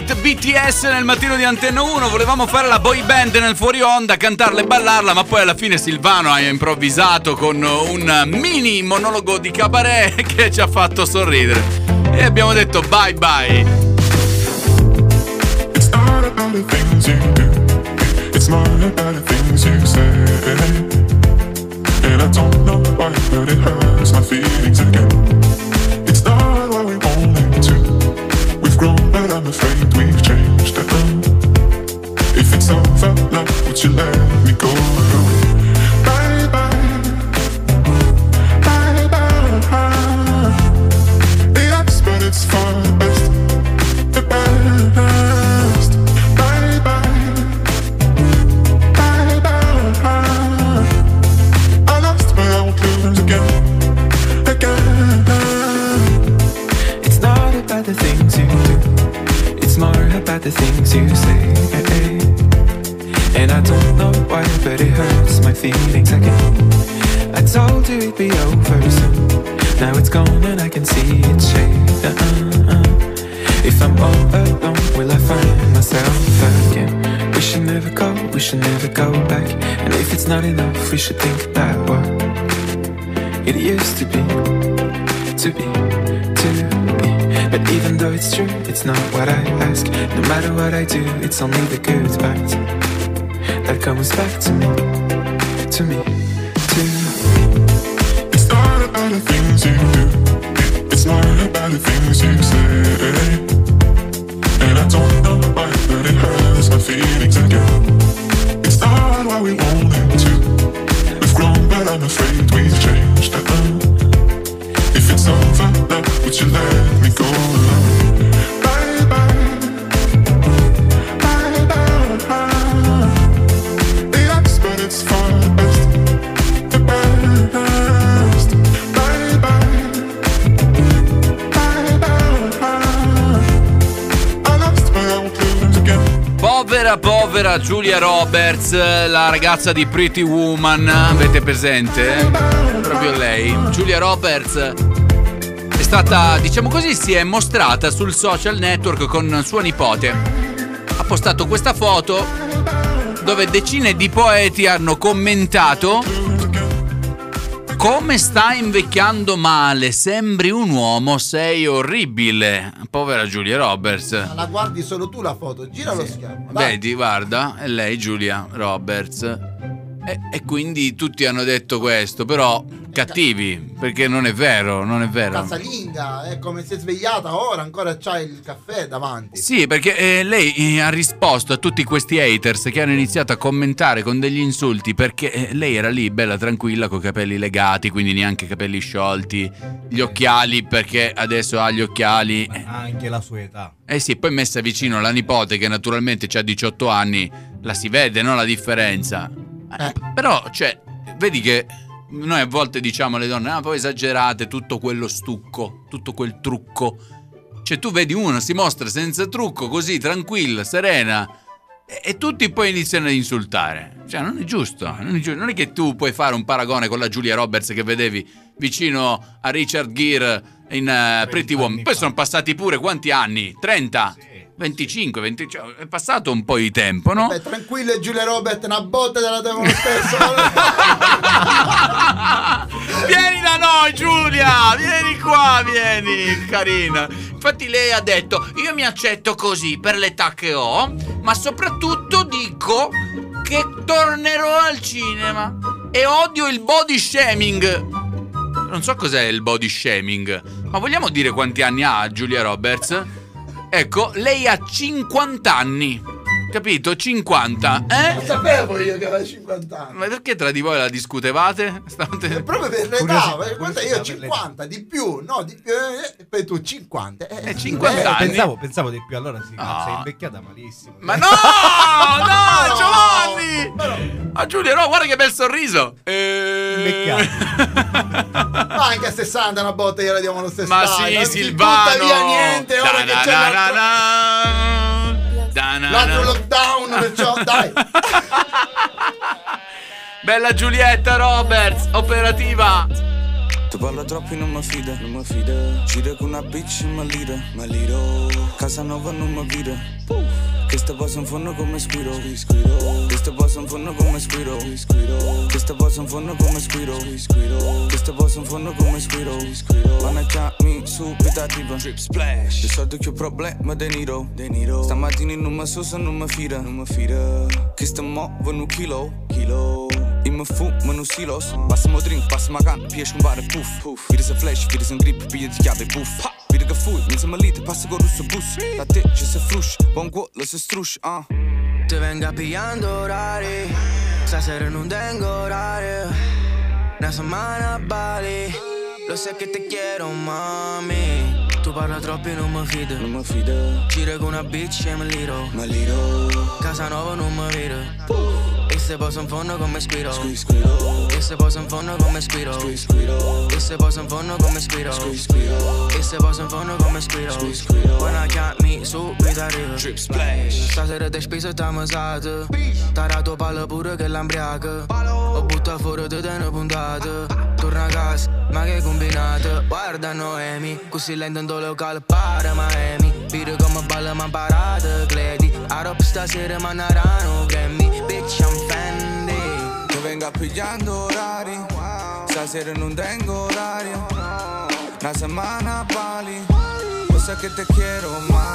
Dynamite B T S nel mattino di Antenna uno. Volevamo fare la boy band nel fuori onda, cantarla e ballarla, ma poi alla fine Silvano ha improvvisato con un mini monologo di cabaret che ci ha fatto sorridere. E abbiamo detto bye bye. It's not about the things you do, it's more about the things you say. And I don't know why, but it hurts my feelings again. It's not what we wanted to. We've grown, but I'm afraid we've changed. Uh-uh. If it's over, love, would you let me go? Bye bye, bye bye. Yes, but it's for the best, the best. Bye bye, bye bye. I lost, but I won't lose again, again. It's not about the things you do, it's more about the things you say. And I don't know why, but it hurts my feelings again. I told you it'd be over soon, now it's gone and I can see it shade. Uh-uh-uh. If I'm all alone, will I find myself again? We should never go, we should never go back. And if it's not enough, we should think about what it used to be, to be, to be. But even though it's true, it's not what I ask. No matter what I do, it's only the good parts that comes back to me, to me, to me. It's not about the things you do, it's more about the things you say. And I don't know why, but it hurts my feelings again. It's not what we wanted to. We've grown, but I'm afraid we've changed. Uh-uh. If it's over, love, would you let me go? Bye bye, bye bye. Yes, but it's for the best, the best. Bye bye, bye bye. I lost, but I won't lose again. Povera, povera Julia Roberts, la ragazza di Pretty Woman, avete presente? Proprio lei. Julia Roberts è stata, diciamo così, si è mostrata sul social network con sua nipote. Ha postato questa foto dove decine di poeti hanno commentato: come stai invecchiando male, sembri un uomo, sei orribile. Povera Julia Roberts. La guardi solo tu la foto, gira lo schermo. Vai. Vedi, guarda, è lei Julia Roberts. E, e quindi tutti hanno detto questo, però cattivi, perché non è vero, non è vero. Casalinga, è come si è svegliata ora, ancora c'hai il caffè davanti. Sì, perché eh, lei eh, ha risposto a tutti questi haters che hanno iniziato a commentare con degli insulti, perché eh, lei era lì bella tranquilla con i capelli legati, quindi neanche capelli sciolti, gli occhiali perché adesso ha gli occhiali. Anche la sua età. Eh sì, poi messa vicino la nipote che naturalmente ha diciotto anni, la si vede, no, la differenza. Eh, però, cioè, vedi che noi a volte diciamo alle donne, ah, poi esagerate, tutto quello stucco, tutto quel trucco. Cioè, tu vedi una, si mostra senza trucco, così, tranquilla, serena, e, e tutti poi iniziano ad insultare. Cioè, non è giusto, non è giusto. Non è che tu puoi fare un paragone con la Julia Roberts che vedevi vicino a Richard Gere in uh, Pretty Woman. Poi sono passati pure quanti anni? trenta? Sì. venticinque, venti, cioè, è passato un po' di tempo, no? Beh, tranquillo, Giulia Roberts, una botta della devono stesso. Vieni da noi, Giulia, vieni qua, vieni, carina. Infatti lei ha detto, io mi accetto così per l'età che ho, ma soprattutto dico che tornerò al cinema e odio il body shaming. Non so cos'è il body shaming, ma vogliamo dire quanti anni ha Julia Roberts? Ecco, lei ha cinquanta anni, capito? cinquanta, eh? Lo sapevo io che aveva cinquanta anni. Ma perché tra di voi la discutevate? State... Proprio per l'età, guarda, io ho cinquanta, di più, no, di più, e poi tu cinquanta. Eh, cinquanta eh, anni. Pensavo, pensavo di più, allora sì, no. Sei invecchiata malissimo. Ma no, no, Giovanni! No. Ah, Giulia, no, guarda che bel sorriso. E... Invecchiata. Ma anche a sessanta una botta gliela diamo lo stesso. Ma dai, sì, Silvano. Non via niente, ora che c'è l'altro, l'altro lockdown, perciò dai. Bella Giulietta Roberts, operativa. Tu parlo troppo e non mi fida, non mi fida. Gira con una bitch in Malira, Maliro. Casa nuova non mi vira. Questa poi in fondo come Squiro. Questa poi in fondo come Squiro. Questa poi in fondo come Squiro. Questa poi in fondo come Squiro. Wanna chiami subito arriva. Drip splash. Di solito che ho problema De Niro. Stamattina non mi so se non mi fida. Non mi fida. Che sta mo vanno chilo. Chilo. E mi fumo no silos. Passiamo drink, passiamo canna, piesce un bar e puff. Vira se flash, vira se grip, piglia di chiave puff. Vira che fui, non siamo lì, passa con russo bus. Da te ci si fruscia, buon culo si struscia, ah. Te venga pillando orari, stasera non tengo orario. Una settimana a Bali, lo sai che te quiero mami. Tu parla troppo e non mi fido, non mi fido. Gira con una bitch e mi liro, mi liro. Casa nuova non mi viro. E se posso in fondo come Squiro. E se posso in fondo come Squiro. E se posso in fondo come Squiro. E se posso in fondo come Squiro. Wanna chiami subito arrivo. Drip splash. Stasera te speso e t'amo usato. Tarato palla pure che l'ambriaca. Ho buttato fuori te te ne puntate. Torna a casa, ma che combinato. Guarda Noemi, così lento in do locale para Miami. Pire come balla ma parata Gledi. Arop stasera ma narano Grammy. Bitch I'm Fendi. Ti venga pigliando orari. Stasera non tengo orario. Una settimana a Bali. Lo sai che te quiero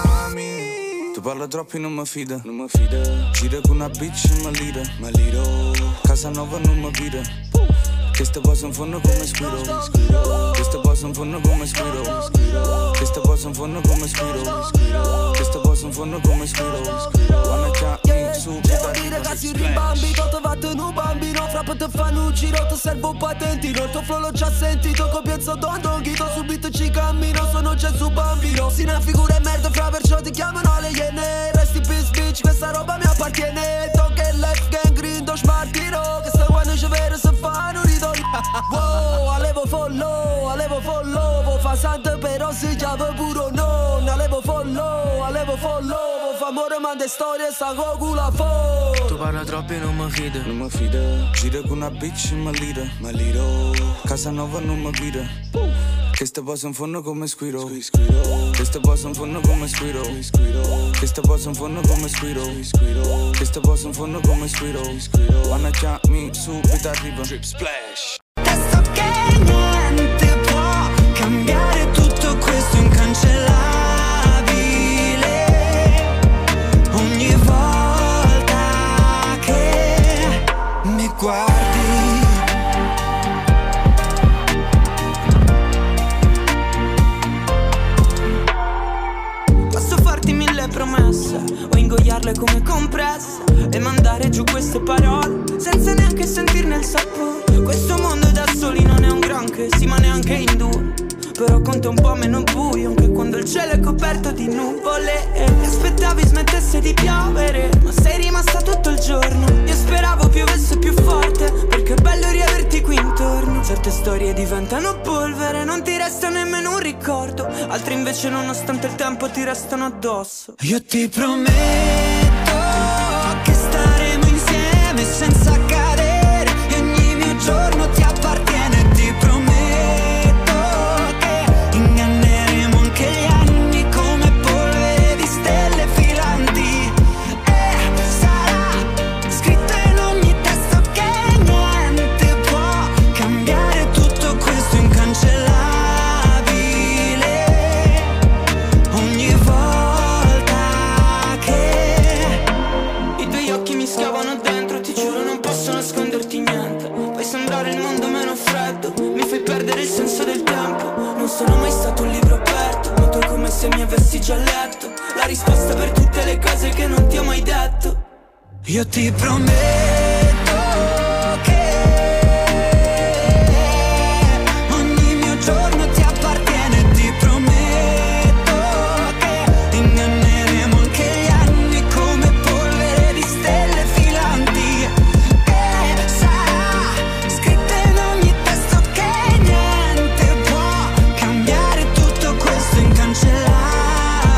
mami. Tu parlo troppo e non mi fida, non mi fida. Gira con una bitch in Malira, Maliro. Casa nuova non mi vira. Questa poi in fondo come Squiro. Questa poi in fondo come Squiro. Questa poi in fondo come Squiro. Questa poi in fondo come Squiro. Wanna chiami subito. Devo dire che si rimbambito, ti fatto un bambino. Fra te fanno un giro, ti servo un patentino. Il tuo flow l'ho già sentito, copienzo don don ghito. Subito ci cammino, sono Gesù bambino. Si una figura e merda, fra perciò ti chiamano le iene. Resti peace bitch, questa roba mi appartiene. Tocca il life gang green, do smartino. Che sta quando ci vero se fanno rido. Wow, alevo follow, alevo follow. Fa santo però si chiama puro non. Alevo follow, alevo follow. Fa amore manda storie, sta con la fo. Tu parla troppo e non mi fido, non mi fido. Gira con una bitch in Malira, Maliro. Casa nuova non mi vira. Questa poi in fondo come Squiro. Questa poi in fondo come Squiro. Questa poi in fondo come Squiro. Questa poi in fondo come Squiro. Wanna chiami subito arriva. Drip splash. Testo che niente può cambiare tutto questo incancellabile. Ogni volta che mi guardi. Promesse o ingoiarle come compresse e mandare giù queste parole senza neanche sentirne il sapore. Questo mondo da soli non è un granché, sì ma neanche in due. Però conta un po' meno buio anche quando il cielo è coperto di nuvole. E aspettavi smettesse di piovere, ma sei rimasta tutto il giorno. Io speravo piovesse più forte, perché è bello riaverti qui intorno. Certe storie diventano polvere, non ti resta nemmeno un ricordo. Altre invece nonostante il tempo ti restano addosso. Io ti prometto che staremo insieme senza cadere, e ogni mio giorno ti appartiene. Ti prometto sono mai stato un libro aperto, ma tu è come se mi avessi già letto la risposta per tutte le cose che non ti ho mai detto. Io ti prometto che ogni mio giorno ti appartiene. Ti prometto che inganneremo anche gli anni come polvere di stelle filanti. E sarà scritto in ogni testo che niente può cambiare tutto questo incancellabile.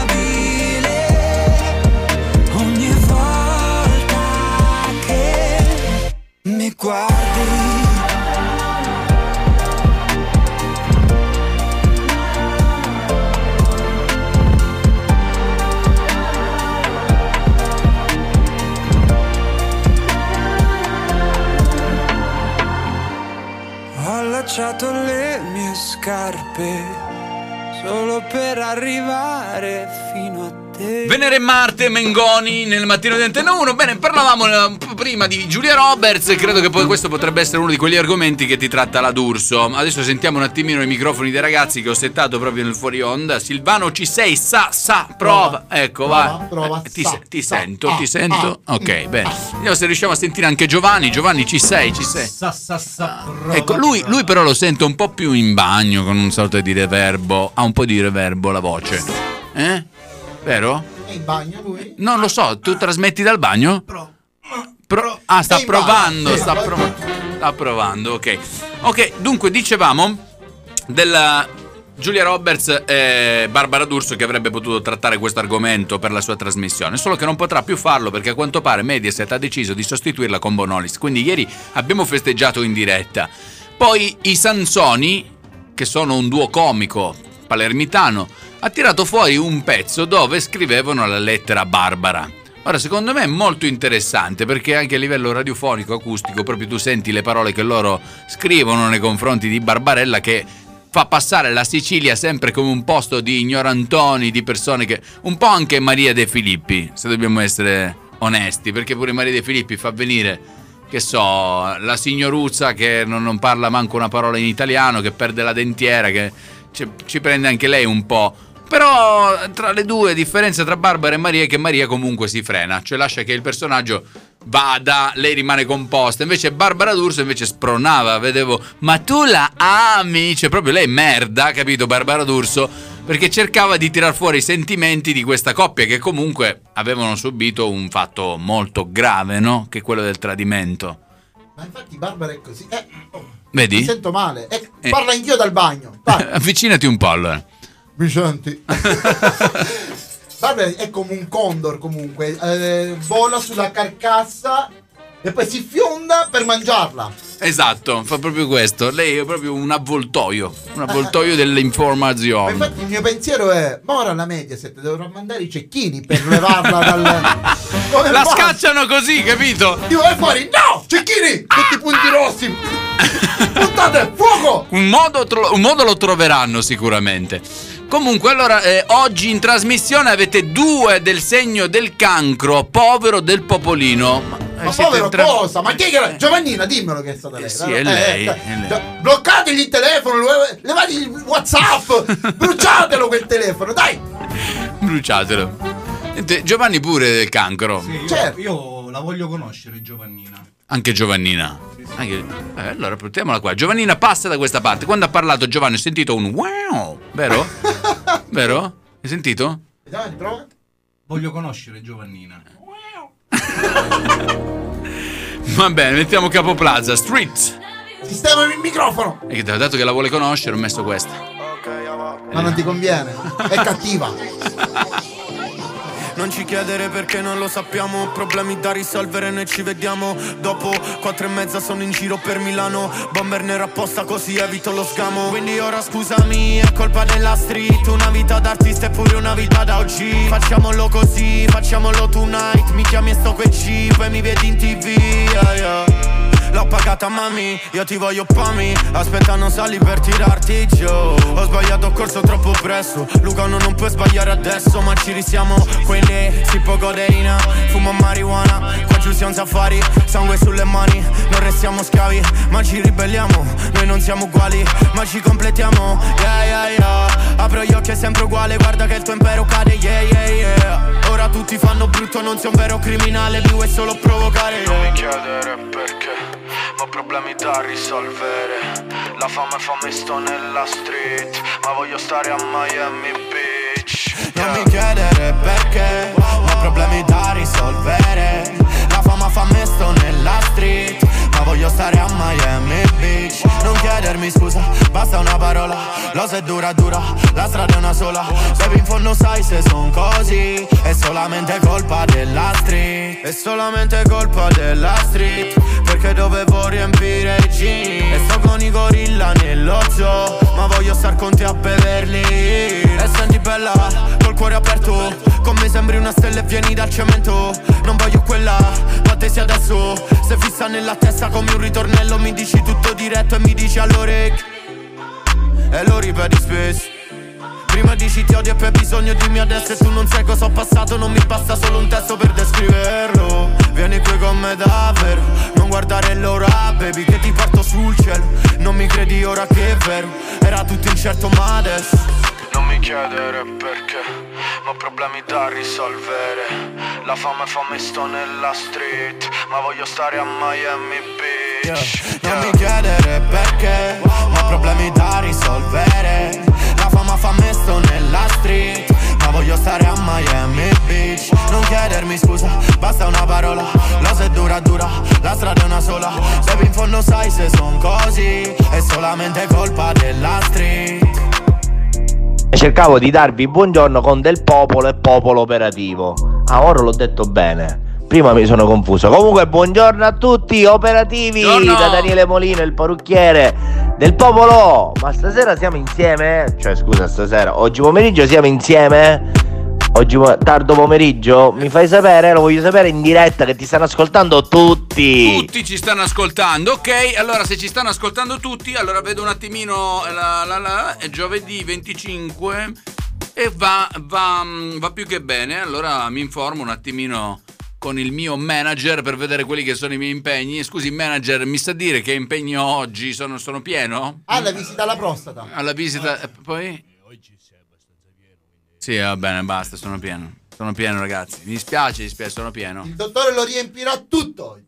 Ogni volta che mie scarpe solo per arrivare fino a te. Venere, Marte, Mengoni nel mattino di Antena uno. Bene, parlavamo un po' prima di Giulia Roberts. Credo che poi questo potrebbe essere uno di quegli argomenti che ti tratta la D'Urso. Adesso sentiamo un attimino i microfoni dei ragazzi che ho settato proprio nel fuori onda. Silvano, ci sei? Sa, sa, prova. prova. Ecco, prova, vai. Prova, eh, ti, sa, se- ti sa, sento, ah, ti sento. ah, ok, bene. Vediamo se riusciamo a sentire anche Giovanni. Giovanni, ci sei? Ci sei? Sa, sa, sa, prova, Ecco, lui, prova. lui però lo sento un po' più in bagno, con un sorta di reverbo. Ha un po' di reverbo la voce. Eh? Vero? È in bagno lui? Non lo so, tu trasmetti dal bagno? Pro. Pro- ah, sta È in provando, bagno. sta, prov- sta provando, ok. Ok, dunque dicevamo della Giulia Roberts e Barbara D'Urso che avrebbe potuto trattare questo argomento per la sua trasmissione, solo che non potrà più farlo perché a quanto pare Mediaset ha deciso di sostituirla con Bonolis. Quindi ieri abbiamo festeggiato in diretta. Poi i Sansoni, che sono un duo comico palermitano, ha tirato fuori un pezzo dove scrivevano la lettera Barbara. Ora, secondo me è molto interessante perché anche a livello radiofonico, acustico, proprio tu senti le parole che loro scrivono nei confronti di Barbarella, che fa passare la Sicilia sempre come un posto di ignorantoni, di persone che... un po' anche Maria De Filippi, se dobbiamo essere onesti, perché pure Maria De Filippi fa venire, che so, la signoruzza che non, non parla manco una parola in italiano, che perde la dentiera, che ci, ci prende anche lei un po'. Però tra le due, differenza tra Barbara e Maria è che Maria comunque si frena, cioè lascia che il personaggio vada, lei rimane composta. Invece Barbara D'Urso invece spronava, vedevo, ma tu la ami? Cioè proprio lei merda, capito, Barbara D'Urso, perché cercava di tirar fuori i sentimenti di questa coppia che comunque avevano subito un fatto molto grave, no? Che è quello del tradimento. Ma infatti Barbara è così. Eh, oh, Vedi? Mi sento male. Eh, Eh. Parla anch'io dal bagno. Parla. Avvicinati un po' allora. Mi senti? Barbara è come un condor comunque. Eh, vola sulla carcassa e poi si fionda per mangiarla. Esatto, fa proprio questo. Lei è proprio un avvoltoio, un avvoltoio delle Ma informazioni. infatti il mio pensiero è: ma ora la Mediaset dovrà mandare i cecchini per levarla dal. Come La fa? scacciano così, capito? Ti vuoi fuori? No! Cecchini! Tutti i punti rossi! Puntate! Fuoco! Un modo, tro- un modo lo troveranno sicuramente. Comunque, allora, eh, oggi in trasmissione avete due del segno del cancro, povero del popolino. Ma, eh, Ma siete povero tra- cosa? Ma chi è che... Giovannina, dimmelo che è stata lei. sì, è lei, è lei. cioè, bloccategli il telefono, levategli il WhatsApp, bruciatelo quel telefono, dai! Bruciatelo. Sente, Giovanni pure del cancro. Sì, io, Certo. io la voglio conoscere, Giovannina. Anche Giovannina. Anche... Eh, allora portiamola qua. Giovannina passa da questa parte. Quando ha parlato Giovanni ho sentito un wow, vero? Vero? Hai sentito? Vediamo, riprova. Voglio conoscere Giovannina. Va bene, mettiamo Capo Plaza, Street. Sistemami il microfono! E dato che la vuole conoscere ho messo questa. Ma non ti conviene, è cattiva. Non ci chiedere perché non lo sappiamo. Problemi da risolvere, noi ci vediamo dopo. Quattro e mezza sono in giro per Milano. Bomber nero apposta così evito lo scamo. Quindi ora scusami, è colpa della street. Una vita d'artista e pure una vita da O G. Facciamolo così, facciamolo tonight. Mi chiami e sto quel G, poi mi vedi in tv, yeah, yeah. L'ho pagata mami, io ti voglio pami. Aspetta non sali per tirarti giù. Ho sbagliato, ho corso troppo presto. Luca no, non puoi sbagliare adesso. Ma ci risiamo, quelli, sippo codeina. Fumo marijuana, qua giù siamo safari. Sangue sulle mani, non restiamo schiavi. Ma ci ribelliamo, noi non siamo uguali. Ma ci completiamo, yeah yeah yeah. Apro gli occhi è sempre uguale, guarda che il tuo impero cade, yeah yeah yeah. Ora tutti fanno brutto, non sei un vero criminale. Mi vuoi solo provocare, yeah. Non mi chiedere perché, ma ho problemi da risolvere. La fame fa me sto nella street, ma voglio stare a Miami Beach, yeah. Non mi chiedere perché, ma ho problemi da risolvere. La fama fa me sto nella street, ma voglio stare a Miami Beach. Non chiedermi scusa, basta una parola. Lo se dura dura, la strada è una sola. Baby in fondo sai se son così. È solamente colpa della street. È solamente colpa della street. Perché dovevo riempire i jeans. E sto con i gorilla nello zoo, ma voglio star con te a Beverly. E senti bella, col cuore aperto. Con me sembri una stella e vieni dal cemento. Non voglio quella, ma te sia adesso. Se fissa nella testa come un ritornello. Mi dici tutto diretto e mi dici all'orecchio. e lo ripeti spesso. Prima dici ti odio e poi hai bisogno di me adesso e tu non sai cosa ho passato, non mi basta solo un testo per descriverlo. Vieni qui con me davvero, non guardare l'ora baby che ti porto sul cielo. Non mi credi ora che è vero, era tutto incerto ma adesso non mi chiedere perché, ma ho problemi da risolvere. La fame fa me sto nella street, ma voglio stare a Miami Beach. yeah. Non mi chiedere perché, ma ho problemi da risolvere. La fama fa me sto nella street, ma voglio stare a Miami Beach. Non chiedermi scusa, basta una parola. Lo se dura dura, la strada è una sola. Se in fondo sai se son così, è solamente colpa della street. Cercavo di darvi buongiorno con del popolo e popolo operativo. Ah, ora l'ho detto bene. Prima mi sono confuso. Comunque buongiorno a tutti operativi. Buongiorno. Da Daniele Molino, il parrucchiere del popolo. Ma stasera siamo insieme? Cioè scusa, stasera, oggi pomeriggio siamo insieme? Oggi tardo pomeriggio? Mi fai sapere? Lo voglio sapere in diretta che ti stanno ascoltando tutti. Tutti ci stanno ascoltando, ok? Allora se ci stanno ascoltando tutti, allora vedo un attimino la, la, la, è giovedì venticinque e va, va, va più che bene. Allora mi informo un attimino con il mio manager per vedere quelli che sono i miei impegni. Scusi manager, mi sa dire che impegno oggi? Sono, sono pieno? Alla visita alla prostata. Alla visita, e poi? Sì, va bene, basta, sono pieno. Sono pieno, ragazzi. Mi dispiace, mi dispiace, sono pieno. Il dottore lo riempirà tutto.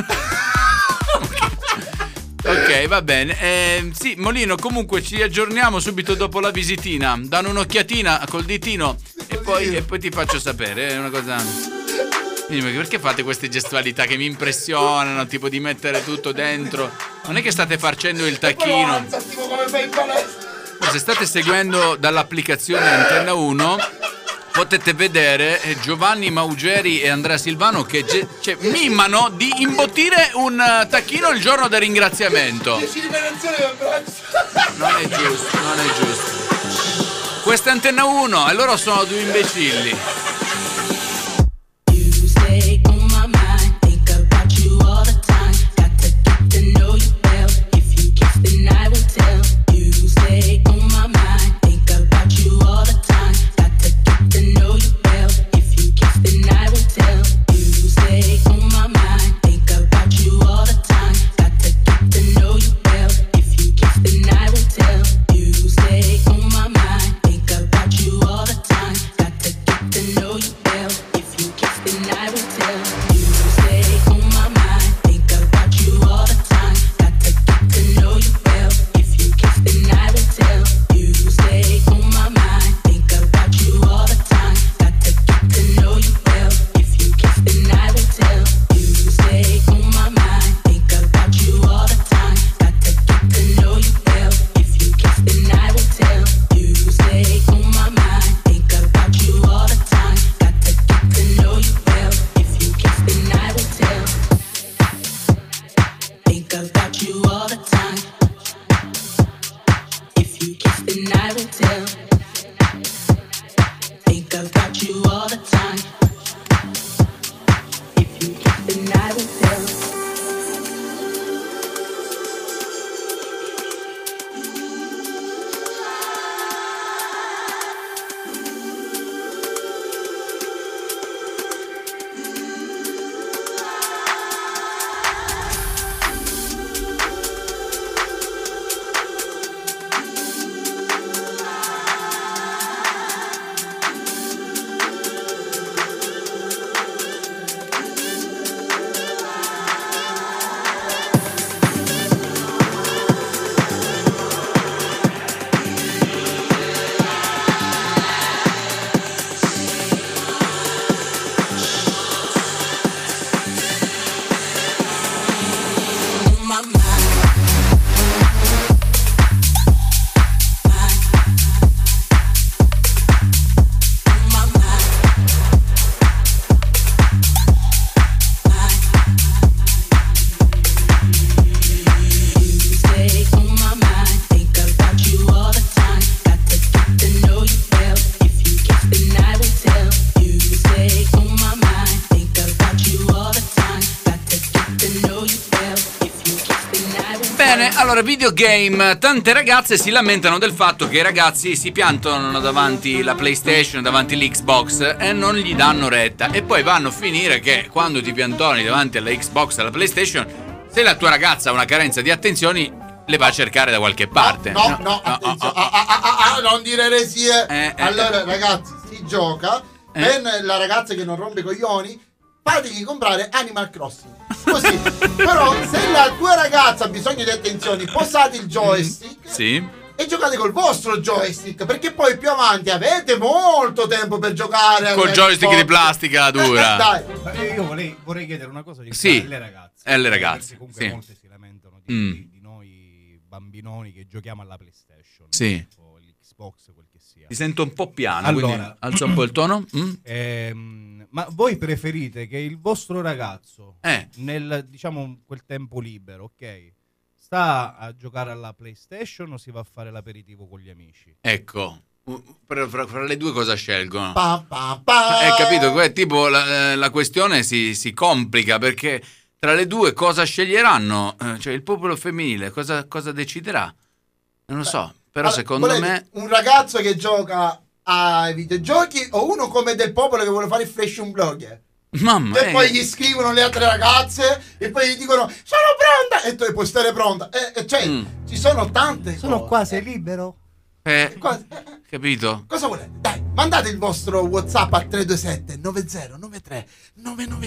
Ok, va bene. Eh, sì, Molino, comunque ci aggiorniamo subito dopo la visitina. Danno un'occhiatina col ditino e poi, e poi ti faccio sapere. È una cosa. Dimmi, perché fate queste gestualità che mi impressionano? Tipo di mettere tutto dentro. Non è che state facendo il tacchino. Se state seguendo dall'applicazione Antenna uno potete vedere Giovanni Maugeri e Andrea Silvano che ge- cioè, mimano di imbottire un tacchino il giorno del ringraziamento. Non è giusto, non è giusto. Questa è Antenna uno e loro sono due imbecilli. Allora, videogame. Tante ragazze si lamentano del fatto che i ragazzi si piantano davanti la PlayStation, davanti l'Xbox e non gli danno retta. E poi vanno a finire che quando ti piantoni davanti alla Xbox e alla PlayStation, se la tua ragazza ha una carenza di attenzioni, le va a cercare da qualche parte. No, no, no, attenzione. Ah, ah, ah, ah, ah, non dire eresie. Eh, eh, allora, eh. ragazzi, si gioca. Eh. Per la ragazza che non rompe i coglioni, fategli comprare Animal Crossing. Così. Però se la tua ragazza ha bisogno di attenzioni, posate il joystick Sì. e giocate col vostro joystick, perché poi più avanti avete molto tempo per giocare Col al joystick Xbox. di plastica dura. Eh, dai. Ma io vorrei, vorrei chiedere una cosa di Sì. alle ragazze. E alle ragazze, Perché comunque sì. molte si lamentano di, Mm. di noi bambinoni che giochiamo alla PlayStation. Sì. O l'Xbox, quel che sia. Ti sento un po' piano, Allora. quindi alza un po' il tono. Mm? Ehm, ma voi preferite che il vostro ragazzo Eh. nel, diciamo, quel tempo libero, ok, sta a giocare alla PlayStation o si va a fare l'aperitivo con gli amici? Ecco, fra, fra- fra le due cosa scelgono? Pa, pa, pa. Hai capito? Que- Tipo la, la questione si, si complica perché tra le due cosa sceglieranno? Eh, Cioè il popolo femminile cosa, cosa deciderà? Non lo so, però Allora, secondo volete me... un ragazzo che gioca ai videogiochi o uno come del popolo che vuole fare il fashion blogger? Mamma E eh. poi gli scrivono le altre ragazze e poi gli dicono sono pronta e tu puoi stare pronta. E, e cioè, Mm. ci sono tante Sono cose. qua, sei libero? Eh, Qua- capito? Cosa volete? Dai, mandate il vostro WhatsApp al tre due sette nove zero nove tre nove nove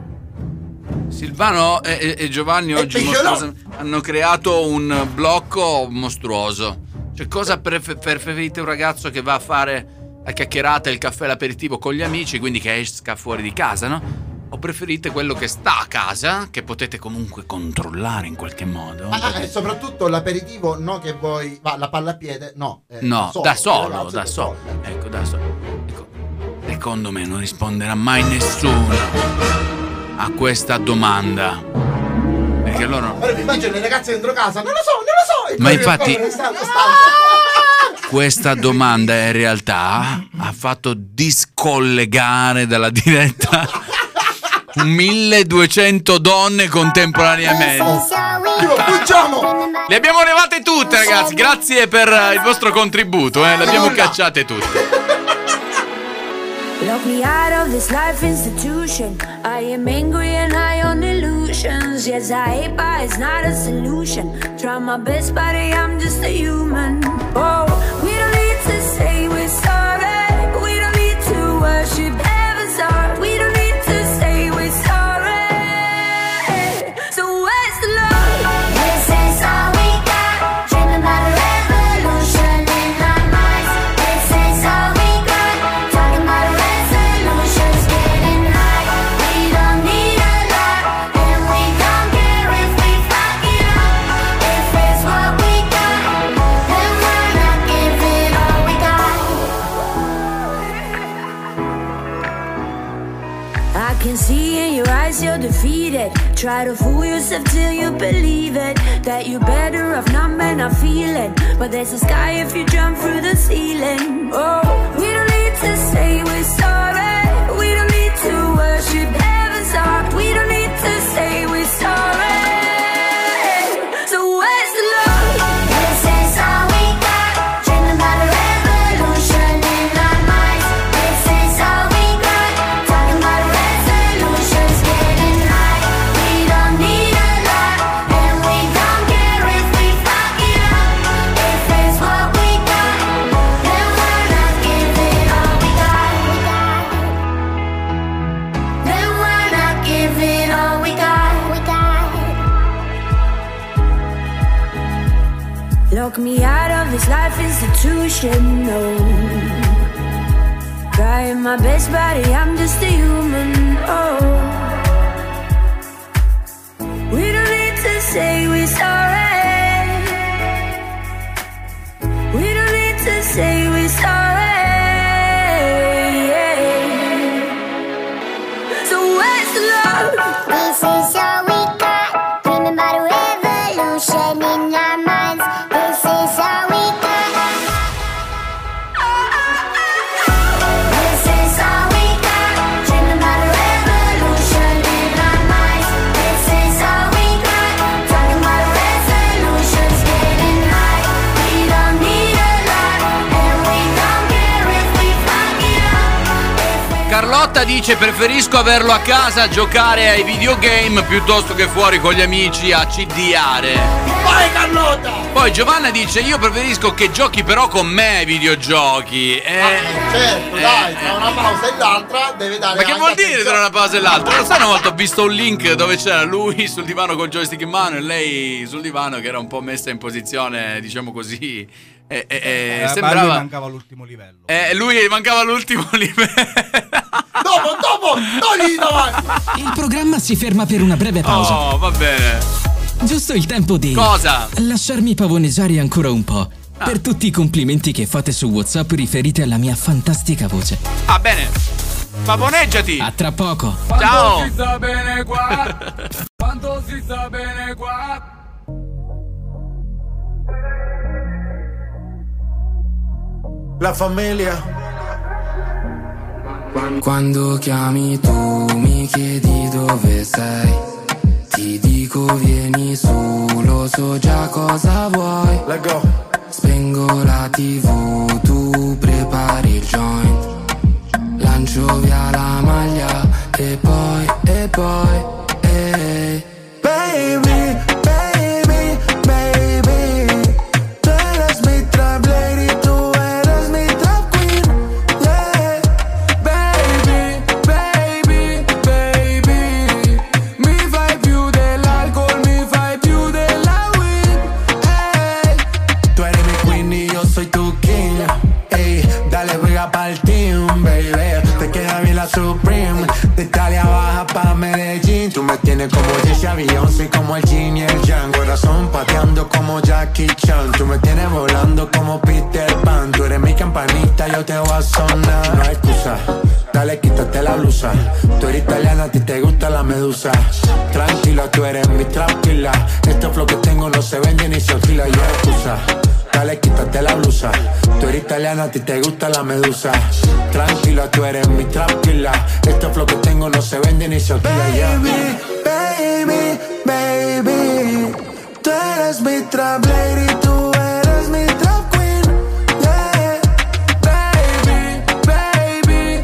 cinque. Silvano e, e- e Giovanni oggi E mostruosa- hanno creato un blocco mostruoso. Cioè, cosa pref- preferite un ragazzo che va a fare la chiacchierata, il caffè, l'aperitivo con gli amici, quindi che esca fuori di casa, no? O preferite quello che sta a casa, che potete comunque controllare in qualche modo? Ah, e soprattutto l'aperitivo, no che voi va la palla a piede, no. eh, No, da solo, ragazzi, da solo. Ecco, da solo. Ecco, secondo me non risponderà mai nessuno a questa domanda. Perché loro... Ora mi immagino le ragazze dentro casa, non lo so, non lo so. E Ma poi infatti- corrono in stanza, stanza. Questa domanda in realtà ha fatto discollegare dalla diretta milleduecento donne contemporaneamente. Fuggiamo! Le abbiamo levate tutte, ragazzi. Grazie per eh, il vostro contributo, eh. Le abbiamo cacciate tutte. Lock me out of this life institution. I am angry and high on illusions. Yes, I hate, but it's not a solution. Try my best, but I'm just a human. Oh, we don't need to say we're sorry. We don't need to worship heaven's heart. We don't need to say we're sorry. So where's the love? This is all we got. Dreaming about a revolution in our minds. This is all we got. Talking about a resolutions, getting high. We don't need a lot, and we don't care if we fuck it up. If it's what we got, then why not give it all we got? I can see in your eyes you're defeated. Try to fool yourself till you believe it. That you're better off numb and not feeling. But there's a sky if you jump through the ceiling. Oh, we don't need to say we're sorry. We don't need to worship heaven's heart. We don't need to say we're sorry. So where's the love? This is all we got. Dreaming about a revolution in our minds. This is all we got. Talking about resolutions, getting high. We don't need a lot, and we don't care if we fuck it up. If it's what we got, then why not give it all we got? Then why not give it all we got? We got. Lock me out of this life institution, no. Trying my best, buddy, I'm just a human, oh. We don't need to say we're sorry. We don't need to say we're sorry. So where's the love? This is all we got. Dreaming about a revolution in our minds. This is all we got. This is all we got. Dreaming about a revolution in our minds. This is all we got. Talking about resolutions, Carlotta dice preferisco averlo a casa a giocare ai videogame piuttosto che fuori con gli amici a cidiare. Vai Carlotta! Poi Giovanna dice io preferisco che giochi però con me ai videogiochi. Eh, Ah, certo, eh, dai, eh. tra una pausa e l'altra deve dare. Ma che anche vuol dire attenzione. tra una pausa e l'altra? Lo sai, una volta ho visto un link dove c'era lui sul divano col joystick in mano e lei sul divano che era un po' messa in posizione, diciamo così. E, e, e Eh, ma a lui sembrava. mancava l'ultimo livello. Eh, lui mancava l'ultimo livello. Dopo, dopo, togli davanti. Il programma si ferma per una breve pausa. Oh, va bene. Giusto il tempo di... Cosa? Lasciarmi pavoneggiare ancora un po'. Per tutti i complimenti che fate su WhatsApp riferiti alla mia fantastica voce. Ah, bene. Pavoneggiati. A tra poco. Ciao. Quanto si sta bene qua? Quanto si sta bene qua? La famiglia. Quando chiami tu mi chiedi dove sei. Ti dico vieni su, lo so già cosa vuoi. Let go. Spengo la tivù, tu prepari il joint. Lancio via la maglia e poi, e poi, ehi. Baby, baby, baby. Tú eres mi trap lady, tú eres mi trap queen. Yeah. Baby, baby, baby. Mi fai più dell'alcol, mi fai più della weed. Ehi. Tú eres mi queen y yo soy tu king. Ey, dale juega pa'l team, baby. Te queda bien la Supreme. De Italia baja pa' Medellín. Tú me tienes como Jessie Beyoncé, como el Jin y el Yang. Corazón pateando como Jackie Chan. Tú me tienes volando como Peter Pan. Tú eres mi campanita, yo te voy a sonar. No hay excusa, dale quítate la blusa. Tú eres italiana, a ti te gusta la medusa. Tranquila, tú eres mi tranquila. Este flow que tengo no se vende ni se alquila. Y excusa, dale quítate la blusa. Tú eres italiana, a ti te gusta la medusa. Tranquila, tú eres mi tranquila. Este flow que tengo no se vende ni se alquila. Baby, baby, baby. Tú eres mi trap lady, tú eres mi trap queen. Yeah. Baby, baby,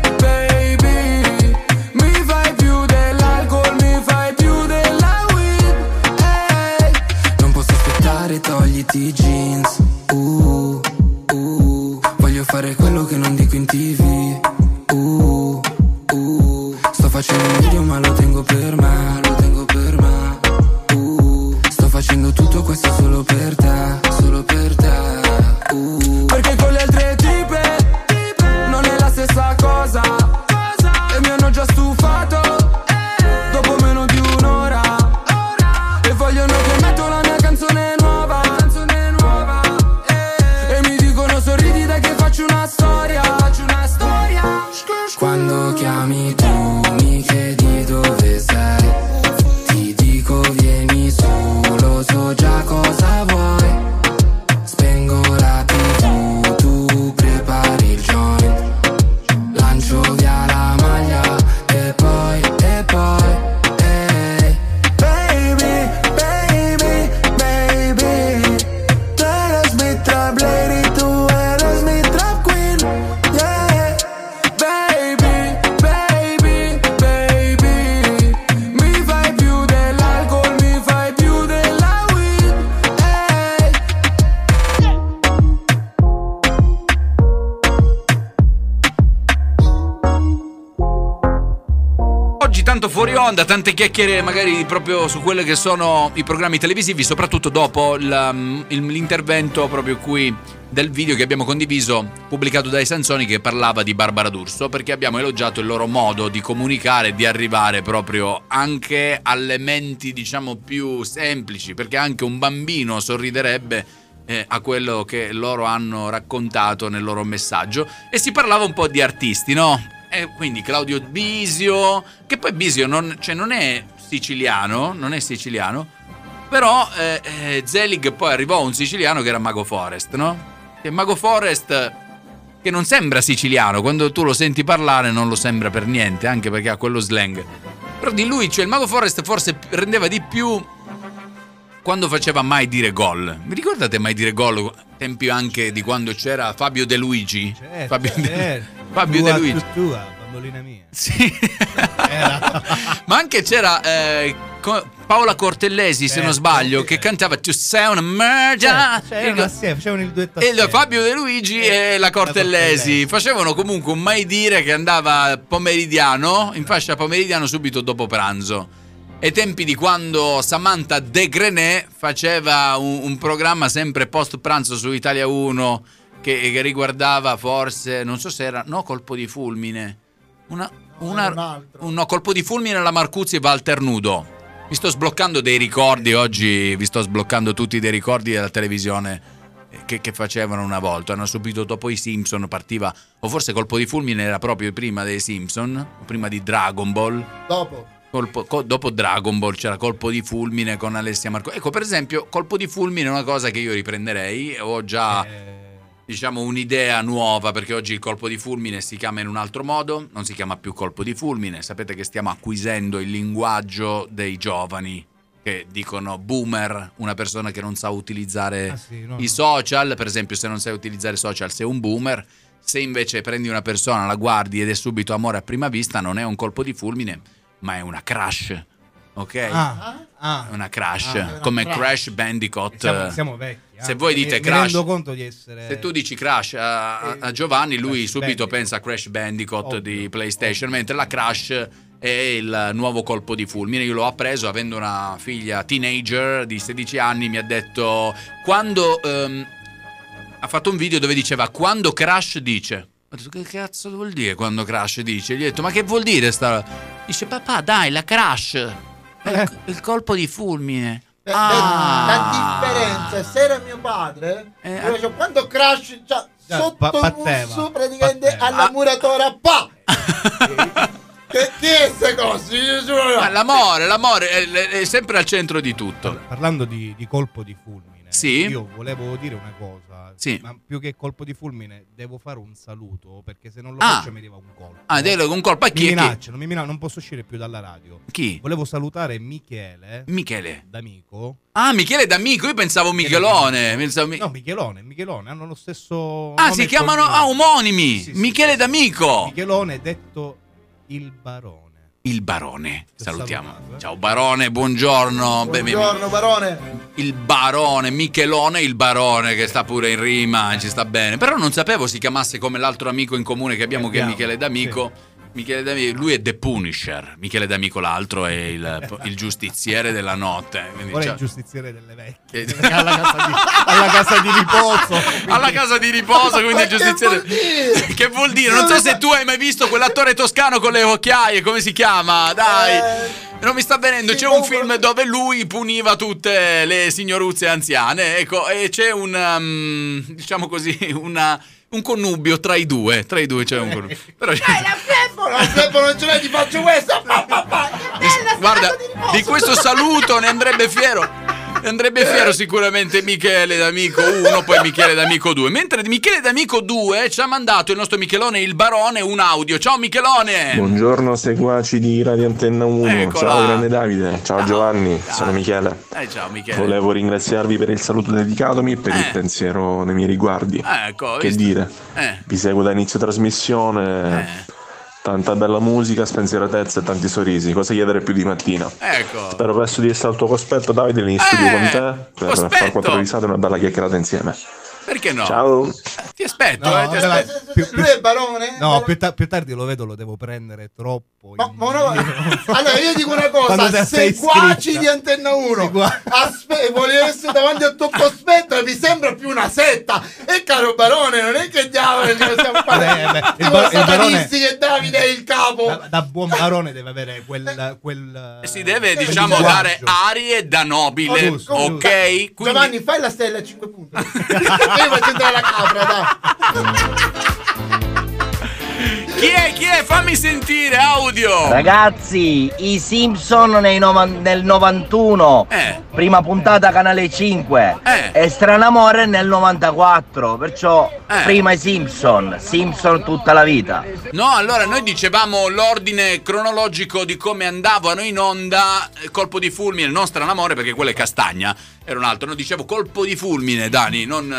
baby. Mi fai più dell'alcol, mi fai più della weed. Ehi. Non posso aspettare, togliti i jeans. Uh, uh. Voglio fare quello che non dico in tivù. Uh, uh. Sto facendo un video ma lo tengo per me, lo tengo per me. Uh. Sto facendo tutto questo solo per te, solo per te. Uh. Perché con le altre tipe non è la stessa cosa. E mi hanno già stufato dopo meno di un'ora. E vogliono che metto la mia canzone nuova. E mi dicono sorridi dai che faccio una storia. Quando chiami tu mi chiedi dove sei. Ti dico vieni su, lo so già cosa vuoi. Spengo la tivù, tu prepari il joint. Lancio via la maglia e poi, e poi, ehi. Baby, baby, baby. Tú eres mi trap lady, tú eres mi trap queen. Yeah. Baby, baby, baby. Mi fai più dell'alcol, mi fai più della weed. Ehi. Oggi tanto fuori onda, tante chiacchiere magari proprio su quelli che sono i programmi televisivi, soprattutto dopo la- il- l'intervento proprio qui del video che abbiamo condiviso, pubblicato dai Sansoni, che parlava di Barbara D'Urso, perché abbiamo elogiato il loro modo di comunicare e di arrivare proprio anche alle menti, diciamo, più semplici, perché anche un bambino sorriderebbe eh, a quello che loro hanno raccontato nel loro messaggio. E si parlava un po' di artisti, no? E quindi Claudio Bisio, che poi Bisio non, cioè non è siciliano, non è siciliano, però eh, eh, Zelig poi arrivò un siciliano che era Mago Forest, no? Che Mago Forest, che non sembra siciliano, quando tu lo senti parlare non lo sembra per niente, anche perché ha quello slang. Però di lui, cioè il Mago Forest forse rendeva di più quando faceva Mai dire gol. Vi ricordate Mai dire gol? Tempi anche di quando c'era Fabio De Luigi. Certo, Fabio De, certo. Fabio Tua De Luigi. tua, Bambolina mia. Sì. Ma anche c'era eh, co- Paola Cortellesi, se non sbaglio, che cantava Tu sei una merda. Cioè, cioè, assieme, facevano il duetto E il assieme. Fabio De Luigi e la Cortellesi facevano comunque un mai dire che andava pomeridiano, in fascia pomeridiano subito dopo pranzo. Ai tempi di quando Samantha De Grenet faceva un, un programma sempre post pranzo su Italia uno che, che riguardava forse, non so se era, no, Colpo di fulmine. Una, una, un no, Colpo di fulmine alla Marcuzzi e Walter Nudo. Mi sto sbloccando dei ricordi oggi, vi sto sbloccando tutti dei ricordi della televisione che, che facevano una volta. Hanno subito dopo i Simpson, partiva, o forse Colpo di fulmine era proprio prima dei Simpson, o prima di Dragon Ball. Dopo. Colpo, co, dopo Dragon Ball c'era Colpo di fulmine con Alessia Marco. Ecco, per esempio, Colpo di fulmine è una cosa che io riprenderei. Ho già, eh... diciamo, un'idea nuova, perché oggi il colpo di fulmine si chiama in un altro modo, non si chiama più colpo di fulmine. Sapete che stiamo acquisendo il linguaggio dei giovani, che dicono boomer, una persona che non sa utilizzare Ah, sì, no, i no. social. Per esempio, se non sai utilizzare social sei un boomer. Se invece prendi una persona, la guardi ed è subito amore a prima vista, non è un colpo di fulmine, ma è una crush, ok? Ah, ah. È una crush, Ah, è una come crush. Crash Bandicoot. Siamo, siamo vecchi. Se ah. voi dite mi, Crash, mi rendo conto di essere. se tu dici Crash a, a- a Giovanni, lui Crash subito Bandicoot. pensa a Crash Bandicoot Ovvio, di PlayStation, mentre la Crash è il nuovo colpo di fulmine. Io l'ho appreso avendo una figlia teenager di sedici anni, mi ha detto quando ehm, ha fatto un video dove diceva quando Crash dice. Ho detto, che cazzo vuol dire quando Crash dice? Gli ho detto, ma che vuol dire sta? Dice, papà, dai, la Crash è il, il colpo di fulmine. Eh, Ah. La differenza, se era mio padre, Eh, io facevo, quando Crash cioè, Già, sotto pa- il batteva, muso praticamente batteva. alla muratora, pa! Che che queste cose? Ma l'amore, l'amore è, è sempre al centro di tutto. Parlando di, di colpo di fulmine, Sì. io volevo dire una cosa, Sì. ma più che colpo di fulmine devo fare un saluto, perché se non lo Ah. faccio mi arriva un colpo. Ah, devo un colpo a chi? Mi a chi? minacciano, mi minacciano, non posso uscire più dalla radio. Chi? Volevo salutare Michele. Michele. D'Amico. Ah, Michele D'Amico, io pensavo Michelone. Pensavo mi- No, Michelone, Michelone, hanno lo stesso Ah, nome si e chiamano cognome. ah, omonimi. Sì, sì, Michele sì. D'Amico. Michelone detto il barone. Il barone. Salutiamo. salutato, eh. Ciao barone, buongiorno. Beh, mi- Buongiorno barone. Il barone, Michelone, il barone che sta pure in rima, ci sta bene. Però non sapevo si chiamasse come l'altro amico in comune che abbiamo, che è Abbiamo, Michele D'Amico. Michele D'Amico, lui è The Punisher. Michele D'Amico l'altro è il, il giustiziere della notte. Quindi Ora è c'ha- il giustiziere delle vecchie. che- alla, casa di, alla casa di riposo. alla casa di riposo, quindi il Ma che giustiziere. vuol dire? Che vuol dire? Non so se tu hai mai visto quell'attore toscano con le occhiaie, come si chiama? Dai. Eh, Non mi sta venendo, sì, c'è un comunque- film dove lui puniva tutte le signoruzze anziane, ecco, e c'è un, um, diciamo così, una, un connubio tra i due, tra i due c'è un connubio. Però, Flebbo, no, Flebbo non ce l'hai, ti faccio questo. Pa, pa, pa. Che bella guarda, sta casa di riposo. di questo saluto ne andrebbe fiero. Ne andrebbe fiero sicuramente Michele D'Amico uno, poi Michele D'Amico due. Mentre Michele D'Amico due ci ha mandato il nostro Michelone il barone un audio. Ciao Michelone! Buongiorno seguaci di Radio Antenna uno, Eccola. ciao grande Davide, ciao Giovanni, sono Michele. Eh, ciao Michele. Volevo ringraziarvi per il saluto dedicatomi e per Eh. il pensiero nei miei riguardi. Ecco, Che visto? dire, Eh. vi seguo da inizio trasmissione, Eh. tanta bella musica, spensieratezza e tanti sorrisi, cosa chiedere più di mattina? Ecco. Spero presto di essere al tuo cospetto Davide lì in studio Eh, con te per cospetto. fare quattro risate e una bella chiacchierata insieme. Perché no? Ciao! Ti aspetto, No, eh, ti vabbè, aspetto. più- Lui è barone? No, più, ta- più tardi lo vedo, lo devo prendere troppo. Ma, in ma una cosa- giro. allora io dico una Quando cosa, te sei seguaci iscritta. di Antenna uno, Segua- aspe- voglio essere davanti al tuo cospetto e mi sembra più una setta. E caro barone, non è che diavolo che stiamo Vabbè, vabbè, il Tipo bar- il barone- satanisti che Davide è il capo. Da, da buon barone deve avere quel. quel Si deve, quel diciamo, linguaggio. dare arie da nobile, Giusto, ok? giusto. Quindi Giovanni, fai la stella a cinque punti. Io faccio entrare la capra, dai. chi è? Chi è? Fammi sentire audio. Ragazzi, i Simpson nei novan- nel novantuno, Eh. prima puntata canale cinque, Eh. e Stranamore nel novantaquattro, perciò Eh. prima i Simpson, Simpson tutta la vita. No, allora noi dicevamo l'ordine cronologico di come andavano in onda eh, Colpo di fulmine, non Stranamore perché quello è Castagna, era un altro. No, dicevo Colpo di fulmine, Dani, non eh,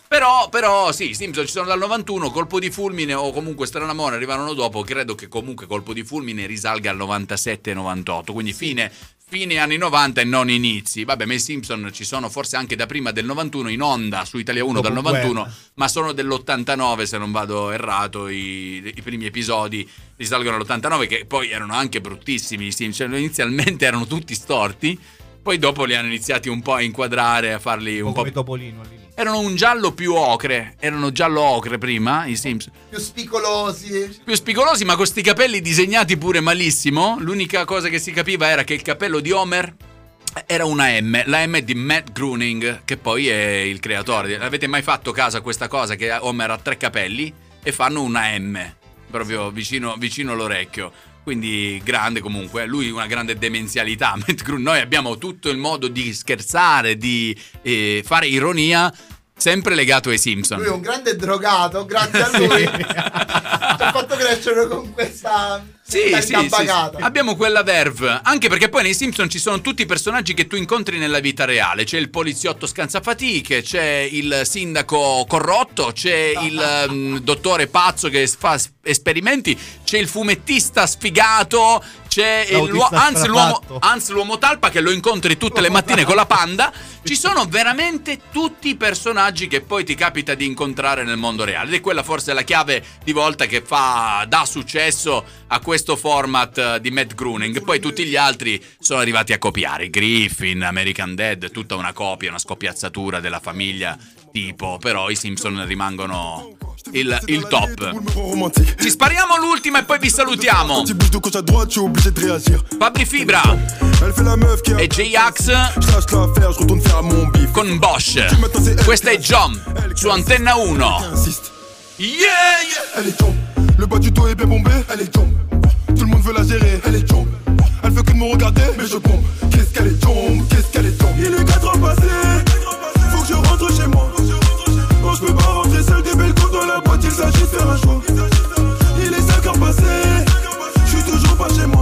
Però, però sì, i Simpson ci sono dal novantuno, Colpo di fulmine o comunque Strano Amore arrivarono dopo, credo che comunque Colpo di fulmine risalga al novantasette novantotto, quindi fine, fine anni novanta e non inizi. Vabbè, ma i Simpson ci sono forse anche da prima del novantuno in onda su Italia uno dal novantuno, ma sono dell'ottantanove se non vado errato, i, i primi episodi risalgono all'ottantanove, che poi erano anche bruttissimi i Simpson, inizialmente erano tutti storti, poi dopo li hanno iniziati un po' a inquadrare, a farli un, un po' come Topolino all'inizio. Erano un giallo più ocre, erano giallo ocre prima, i Simpson. Più spicolosi. Più spicolosi, ma con sti capelli disegnati pure malissimo. L'unica cosa che si capiva era che il capello di Homer era una M, la M di Matt Groening, che poi è il creatore. Avete mai fatto caso a questa cosa, che Homer ha tre capelli e fanno una M, proprio vicino, vicino all'orecchio. Quindi grande comunque, lui una grande demenzialità. Noi abbiamo tutto il modo di scherzare, di eh, fare ironia, sempre legato ai Simpson. Lui è un grande drogato, grazie a lui ci ha fatto crescere con questa... Sì, sì, sì, sì. Abbiamo quella verve. Anche perché poi nei Simpson ci sono tutti i personaggi che tu incontri nella vita reale. C'è il poliziotto scansafatiche, c'è il sindaco corrotto, c'è il um, dottore pazzo che fa esperimenti, c'è il fumettista sfigato, c'è l'uo- Hans, l'uomo, Hans l'uomo talpa che lo incontri tutte le mattine con la panda. Ci sono veramente tutti i personaggi che poi ti capita di incontrare nel mondo reale. Ed è quella forse la chiave di volta che fa dà successo a questo format di Matt Groening. Poi tutti gli altri sono arrivati a copiare. Griffin, American Dad, tutta una copia, una scoppiazzatura della famiglia tipo. Però i Simpson rimangono il, il top. Ci spariamo l'ultima e poi vi salutiamo. Fabri Fibra e J-Ax con Bosch. Questa è Jump su Antenna uno. Yeah, yeah. Le bas du dos est bien bombé, elle est jump. Tout le monde veut la gérer, elle est jump. Elle veut que de me regarder, mais je pompe. Qu'est-ce qu'elle est jump, qu'est-ce qu'elle est jump. Il est quatre heures passées, faut que je rentre chez moi. Non, je peux pas rentrer seul, des belles coups dans la boîte, il s'agit de faire un choix. Il est cinq heures passées, je suis toujours pas chez moi.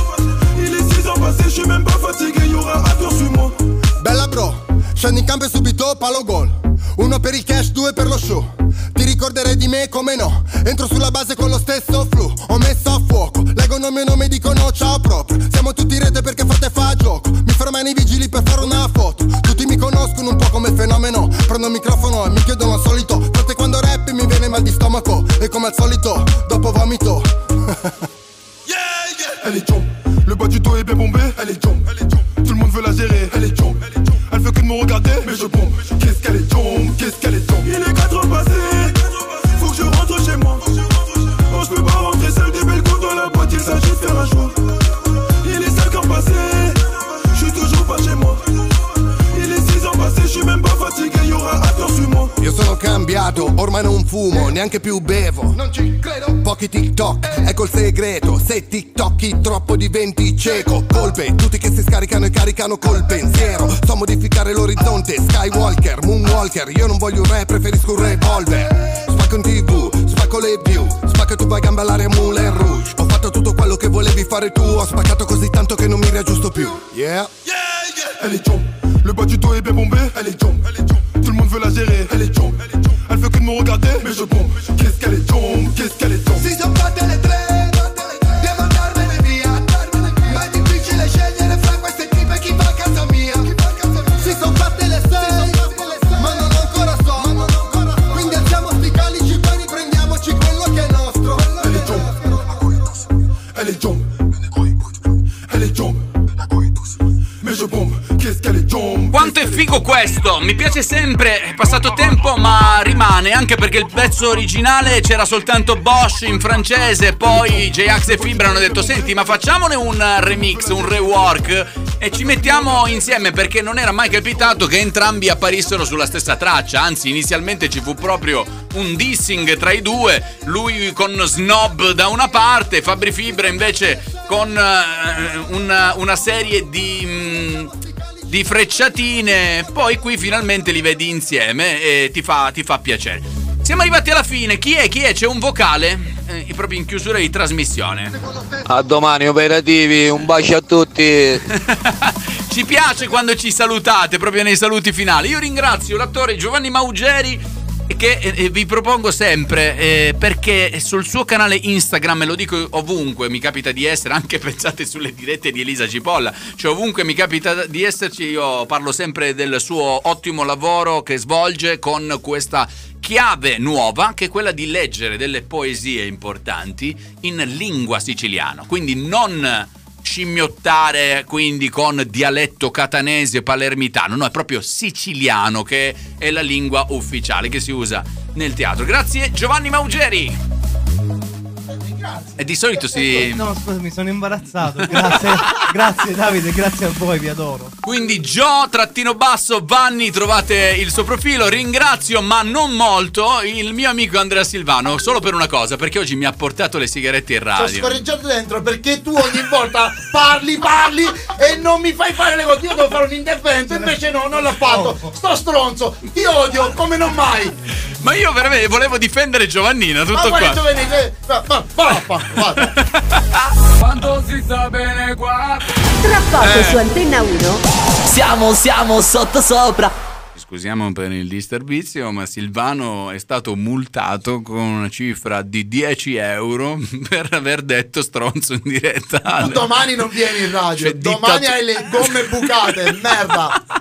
Il est six heures passées, je suis même pas fatigué, y'aura after sur moi. Bella bro, scendi in campo e subito palo gol. Uno per il cash, due per lo show. Ti ricorderai di me come no. Entro sulla base con lo stesso flow. Ho messo a fuoco, leggo nome e nome e dicono ciao proprio. Siamo tutti in rete perché frate fa gioco. Mi fermano i vigili per fare una foto. Tutti mi conoscono un po' come fenomeno. Prendo il microfono e mi chiedono al solito. Forse quando rap mi viene mal di stomaco. E come al solito, dopo vomito. Yeah, yeah. Elle est jump, le bas du dos est bien bombé. Elle est jump, tout le monde veut la gérer. Elle est jump, elle veut que de me regarder, mais je pompe. Qu'est-ce qu'elle est jump, qu'est-ce qu'elle est jump. Il est quatre heures passées, faut que je rentre chez moi. Non, je peux pas rentrer seul, des belles coups dans la boîte, il s'agit de faire un choix. Il est cinq heures passées, je suis toujours pas chez moi. Il est six heures passées, je suis même pas fatigué, y'aura after sur moi. Io sono cambiato, ormai non fumo, neanche più bevo. Non ci credo. Pochi TikTok, ecco il segreto. Se TikTokchi troppo diventi cieco. Colpe, tutti che si scaricano e caricano col pensiero. So modificare l'orizzonte, Skywalker, Moonwalker. Io non voglio un re, preferisco un revolver. Spacco in tv, spacco le view. Spacco e tu vai a gamba all'aria Moulin Rouge. Ho fatto tutto quello che volevi fare tu. Ho spaccato così tanto che non mi riaggiusto più. Yeah. Yeah, yeah. Elle est jump, le bas du dos est bien bombé. Elle est jump, tout le monde veut la gérer. Elle est jump, elle veut que de me regarder, mais je pompe. Qu'est-ce qu'elle est jump, qu'est-ce qu'elle est jump. Si son fatte le tre, devo andarmene via. Ma è difficile scegliere fra queste tipe chi va a casa mia. Si son fatte le sei, ma non ancora so. Quindi alziamo sti calici, poi riprendiamoci quello che è nostro. Elle est jump, elle est jump, elle est jump, mais je pompe. Qu'est-ce qu'elle est jump. Quanto è figo questo, mi piace sempre, è passato tempo ma rimane, anche perché il pezzo originale c'era soltanto Bosch in francese, poi J-Ax e Fibra hanno detto senti ma facciamone un remix, un rework e ci mettiamo insieme, perché non era mai capitato che entrambi apparissero sulla stessa traccia, anzi inizialmente ci fu proprio un dissing tra i due, lui con Snob da una parte, Fabri Fibra invece con uh, una, una serie di... Mm, di frecciatine, poi qui finalmente li vedi insieme e ti fa, ti fa piacere. Siamo arrivati alla fine, chi è? Chi è? C'è un vocale eh, proprio in chiusura di trasmissione. A domani operativi, un bacio a tutti. Ci piace quando ci salutate, proprio nei saluti finali. Io ringrazio l'attore Giovanni Maugeri che eh, vi propongo sempre, eh, perché sul suo canale Instagram, e lo dico ovunque mi capita di essere, anche pensate sulle dirette di Elisa Cipolla, cioè ovunque mi capita di esserci, io parlo sempre del suo ottimo lavoro che svolge con questa chiave nuova, che è quella di leggere delle poesie importanti in lingua siciliano, quindi non scimmiottare quindi con dialetto catanese palermitano, no, è proprio siciliano, che è la lingua ufficiale che si usa nel teatro. Grazie Giovanni Maugeri. E di solito si... No, scusami, sono imbarazzato. Grazie, grazie Davide, grazie a voi, vi adoro. Quindi Gio trattino basso Vanni, trovate il suo profilo. Ringrazio, ma non molto, il mio amico Andrea Silvano, solo per una cosa, perché oggi mi ha portato le sigarette in Ci ho radio. scorreggiato dentro perché tu ogni volta parli, parli e non mi fai fare le cose. Io devo fare un intervento, invece no, non l'ho fatto. Sto stronzo, ti odio come non mai. Ma io veramente volevo difendere Giovannina, tutto ma qua. Giovanni, eh, ma, ma, ma, ma, ma. Quanto si sta bene qua. Tra poco Eh. su Antenna uno. Siamo, siamo sotto sopra. Scusiamo per il disturbizio, ma Silvano è stato multato con una cifra di dieci euro per aver detto stronzo in diretta. Ma domani non vieni in radio, Cioè, domani dittato- hai le gomme bucate, merda.